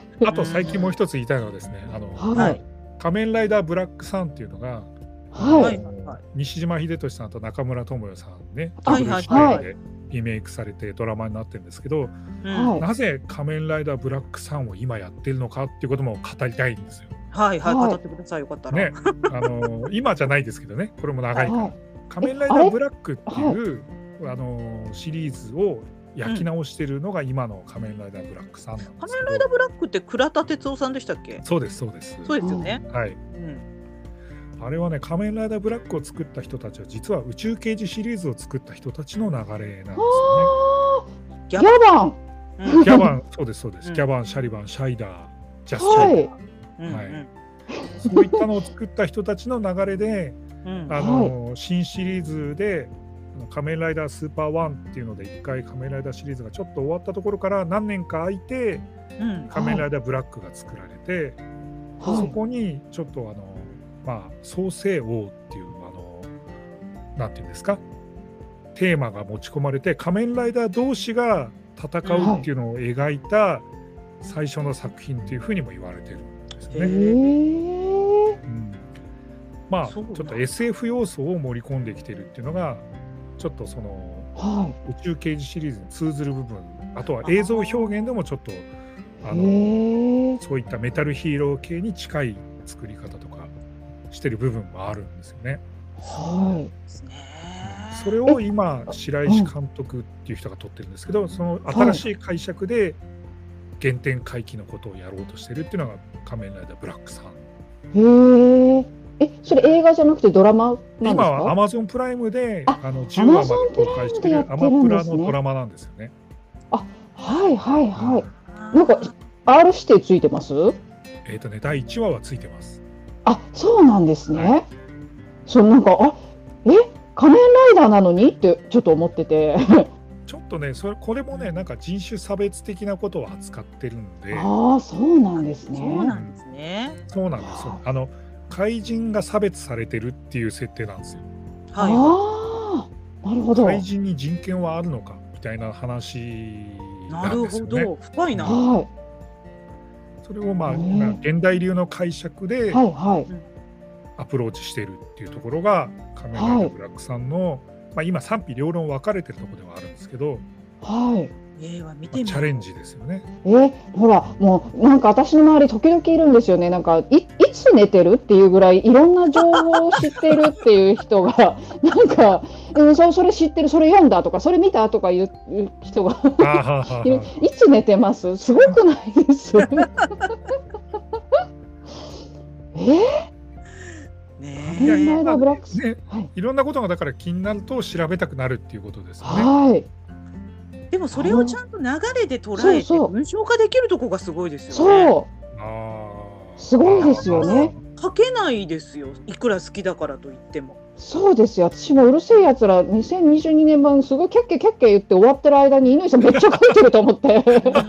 あと最近もう一つ言いたいのはですね、 はい。 仮面ライダーブラックサンっていうのが、 はい。 西島秀俊さんと中村倫也さんね、 はいはいはい。 でリメイクされてドラマになってるんですけど、 はい。 なぜ仮面ライダーブラックサンを今やってるのかっていうことも語りたいんですよ。 はいはい、 はい。 語ってください、よかったら。 ね、今じゃないですけどね、これも長いから。 はい。 仮面ライダあれ？ ーブラックってはい。 いうシリーズを焼き直してるのが今の仮面ライダーブラックさんなんですけど。 仮面ライダーブラックって倉田哲夫さんでしたっけ？ そうですそうです。 そうですよね。 はい。あれはね、仮面ライダーブラックを作った人たちは実は宇宙刑事シリーズを作った人たちの流れなんですよね。 ギャバン。 ギャバン、そうですそうです。ギャバン、シャリバン、シャイダー、ジャスシャイダー。はい。そういったのを作った人たちの流れで、新シリーズで仮面ライダースーパーワンっていうので一回仮面ライダーシリーズがちょっと終わったところから何年か空いて、仮面ライダーブラックが作られて、そこにちょっと創世王っていうなんていうんですか、テーマが持ち込まれて仮面ライダー同士が戦うっていうのを描いた最初の作品っていうふうにも言われてるんですよね。ちょっと SF 要素を盛り込んできてるっていうのがちょっとその、宇宙刑事シリーズに通ずる部分、あとは映像表現でもちょっとそういったメタルヒーロー系に近い作り方とかしてる部分もあるんですよね。それを今白石監督っていう人が撮ってるんですけど、その新しい解釈で原点回帰のことをやろうとしてるっていうのが仮面ライダーブラックさん。 それ映画じゃなくてドラマなんですか？ 今はアマゾンプライムで10話まで公開してるアマプラのドラマなんですよね。 はいはいはい。なんか R 指定ついてます？ 第1話はついてます。 そうなんですね。なんか仮面ライダーなのにってちょっと思ってて。 ちょっとね、これもね、なんか人種差別的なことを扱ってるんで。 そうなんですね。 そうなんですね。 そうなんですよ。怪人が差別されてるっていう設定なんですよ。 なるほど。 怪人に人権はあるのかみたいな話なんですよね。 なるほど、深いな。 それを現代流の解釈でアプローチしてるっていうところが仮面ライダーブラックさんの、今賛否両論分かれてるところではあるんですけど、チャレンジですよね。 ほら、もうなんか私の周り時々いるんですよね。なんかいつ寝てるっていうぐらいいろんな情報を知ってるっていう人がなんか、それ知ってる、それ読んだとか、それ見たとかいう人がいつ寝てます？すごくないです？ いろんなことがだから気になると調べたくなるっていうことですよね。 でもそれをちゃんと流れで捉えて文章化できるとこがすごいですよね。 すごいですよね。 書けないですよ、いくら好きだからといっても。 そうですよ。私もうるせえやつら2022年版すごいキャッキャキャッキャ言って終わってる間に乾さんめっちゃ書いてると思って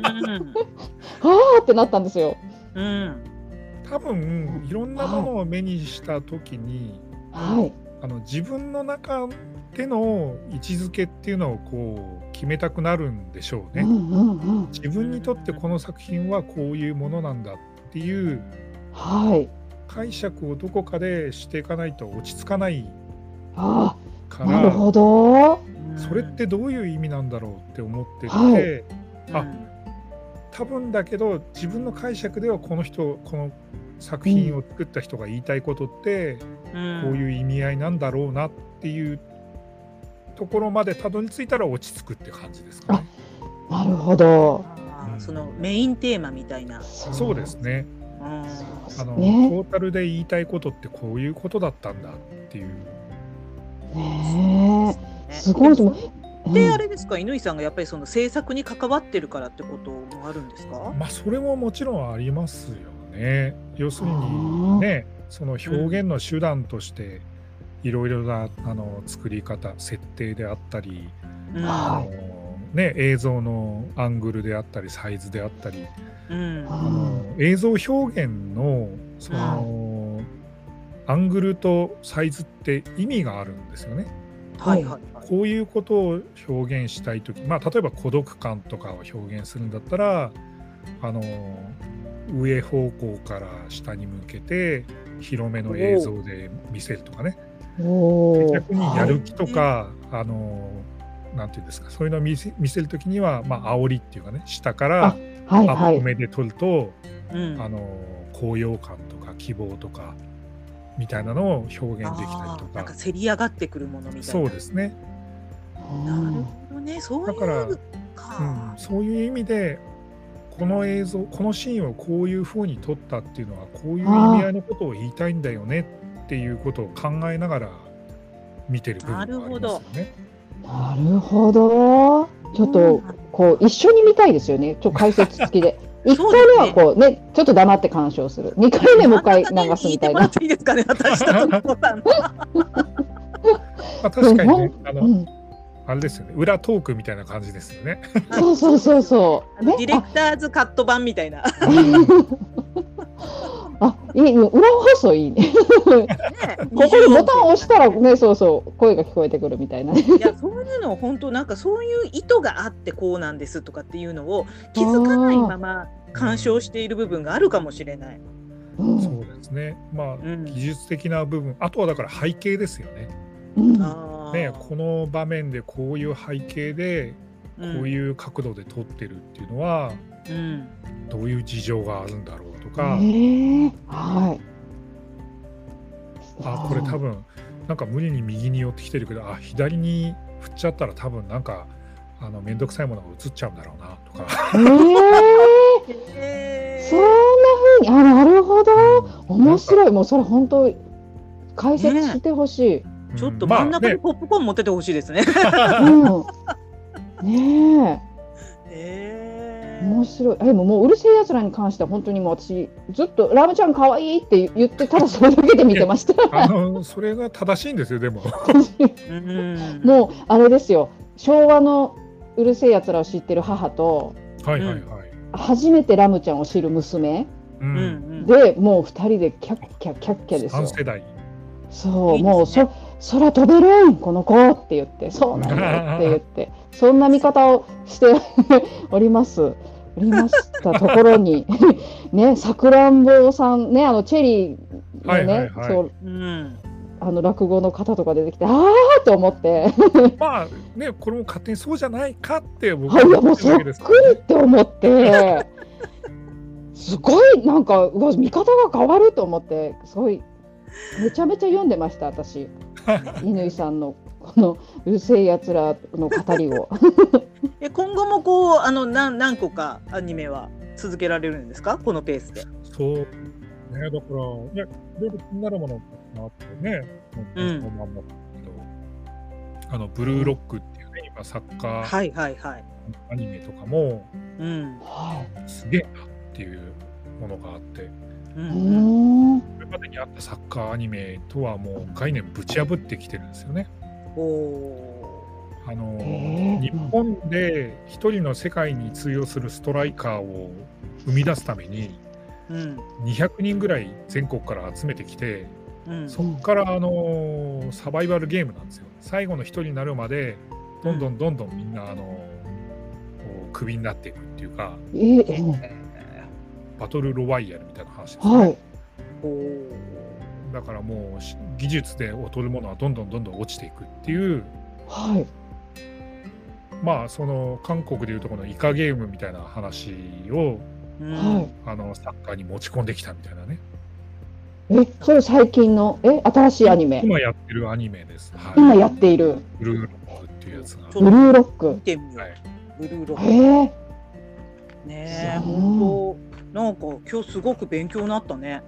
ってなったんですよ。 多分いろんなものを目にした時に、自分の中での位置づけっていうのをこう決めたくなるんでしょうね。自分にとってこの作品はこういうものなんだっていう解釈をどこかでしていかないと落ち着かないから、 なるほど。 それってどういう意味なんだろうって思ってて、多分だけど自分の解釈ではこの作品を作った人が言いたいことってこういう意味合いなんだろうなっていうところまでたどり着いたら落ち着くって感じですかね。 なるほど。 そのメインテーマみたいな。 そうですね。トータルで言いたいことってこういうことだったんだっていう。 すごいと思う。 で、あれですか、乾さんがやっぱりその制作に関わってるからってこともあるんですか？ それももちろんありますよね。要するにね、その表現の手段としていろいろな作り方、設定であったり、映像のアングルであったりサイズであったり、映像表現のそのアングルとサイズって意味があるんですよね。 はいはい。 こういうことを表現したいとき、例えば孤独感とかを表現するんだったら、上方向から下に向けて広めの映像で見せるとかね。逆にやる気とか、なんていうんですか、そういうのを見せるときには、煽りっていうかね、下からアップ目で撮ると、高揚感とか希望とかみたいなのを表現できたりとか。 なんかせり上がってくるものみたいな。 そうですね。 なるほどね。そういうだから、そういう意味でこの映像、このシーンをこういう風に撮ったっていうのはこういう意味合いのことを言いたいんだよねっていうことを考えながら見てる部分がありますよね。 なるほど。ちょっとこう一緒に見たいですよね。解説付きで。1回目はこうね、ちょっと黙って鑑賞する。2回目もう一回流すみたいな。 いいですかね、私とのこさん。 確かにね、あれですよね、裏トークみたいな感じですよね。 そう。 ディレクターズカット版みたいな。 いい、裏放送いいね。ここでボタンを押したらね、声が聞こえてくるみたいな。いや、そういうの本当なんかそういう意図があってこうなんですとかっていうのを気づかないまま鑑賞している部分があるかもしれない。 そうですね。技術的な部分、あとはだから背景ですよね。この場面でこういう背景でこういう角度で撮ってるっていうのは、どういう事情があるんだろうとか、これ多分なんか無理に右に寄ってきてるけど、左に振っちゃったら多分なんかめんどくさいものが映っちゃうんだろうなとか。 そんな風に、なるほど、面白い。もうそれ本当解説してほしい。 ちょっと真ん中にポップコーン持っててほしいですね。 ねえ。面白い。でももううるせえやつらに関しては本当にもう私ずっとラムちゃん可愛いって言ってただそれだけで見てました。 それが正しいんですよ。でももうあれですよ。昭和のうるせえやつらを知ってる母と、初めてラムちゃんを知る娘で、もう2人でキャッキャですよ。 3世代。 そう、もう空飛べるんこの子って言って、そうなんだって言ってそんな見方をしておりましたところにね、さくらんぼさんね、チェリーのね、落語の方とか出てきて、と思ってこれも勝手にそうじゃないかって僕はもうそっくりって思ってすごいなんか見方が変わると思って、すごいめちゃめちゃ読んでました私。乾さんのこのうるせえやつらの語りを。 今後もこう何個かアニメは続けられるんですか、このペースで。 そうね、だからいろいろ気になるものがあってね、ブルーロックっていうね、今サッカーアニメとかも、すげえなっていうものがあって。これまでにあったサッカーアニメとはもう概念ぶち破ってきてるんですよね。日本で一人の世界に通用するストライカーを生み出すために200人ぐらい全国から集めてきて、そこからサバイバルゲームなんですよ。最後の一人になるまでどんどんみんなクビになっていくっていうか、バトルロワイヤルみたいな話ですね。だからもう技術で劣るものはどんどん落ちていくっていう、その韓国でいうとこのイカゲームみたいな話を、サッカーに持ち込んできたみたいなね。 それ最近の新しいアニメ？ 今やってるアニメです。 今やっているブルーロックっていうやつが。 ブルーロック。 見てみよう。ブルーロック。ねえ、本当。なんか今日すごく勉強になったね。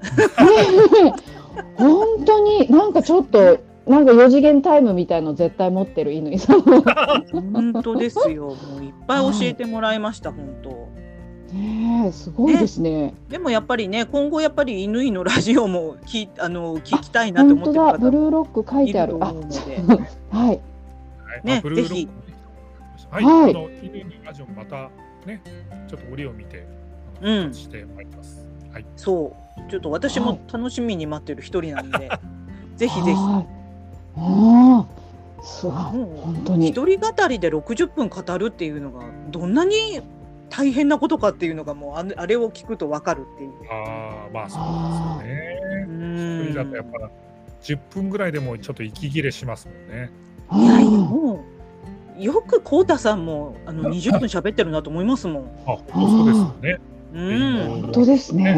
本当になんかちょっとなんか4次元タイムみたいの絶対持ってる乾さん。 本当ですよ。もういっぱい教えてもらいました、本当。 すごいですね。 でもやっぱりね、今後やっぱり乾のラジオも聞きたいなと思ってる方もブルーロック書いてある。はい。 ね、ぜひ。 乾のラジオもまたね、ちょっと折を見て。してまいります。 そうちょっと私も楽しみに待ってる一人なんで、ぜひぜひ。 本当に一人語りで60分語るっていうのがどんなに大変なことかっていうのがもうあれを聞くと分かるっていう。 まあそうですよね。一人だとやっぱ10分ぐらいでもちょっと息切れしますもんね。 いやもうよくこうたさんも20分喋ってるなと思いますもん。 そうですよね。 本当ですね。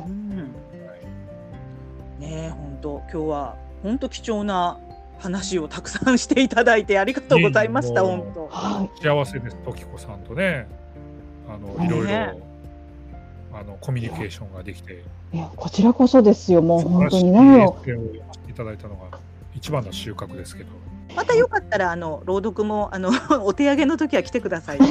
ね、本当今日は本当貴重な話をたくさんしていただいてありがとうございました。本当幸せです。時子さんとね、いろいろコミュニケーションができて、 いやこちらこそですよ。もう本当に何をいただいたのが一番の収穫ですけど。 またよかったら朗読もお手上げの時は来てください。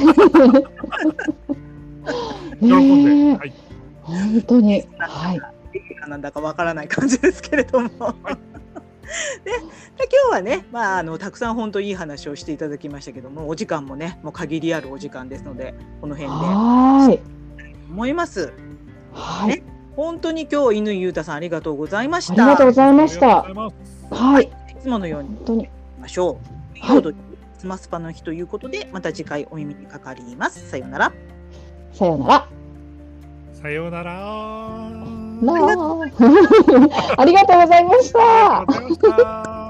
喜んで、 はい、本当に、はい、 なんだかわからない感じですけれども。で今日はね、たくさん本当いい話をしていただきましたけども、お時間もねもう限りあるお時間ですのでこの辺で思います。はい、本当に今日乾裕太さんありがとうございました。 ありがとうございました。 はい、いつものように本当にましょう。はい、スマスパの日ということでまた次回お耳にかかります。さようなら。 さようなら。 さようなら。 ありがとうございました。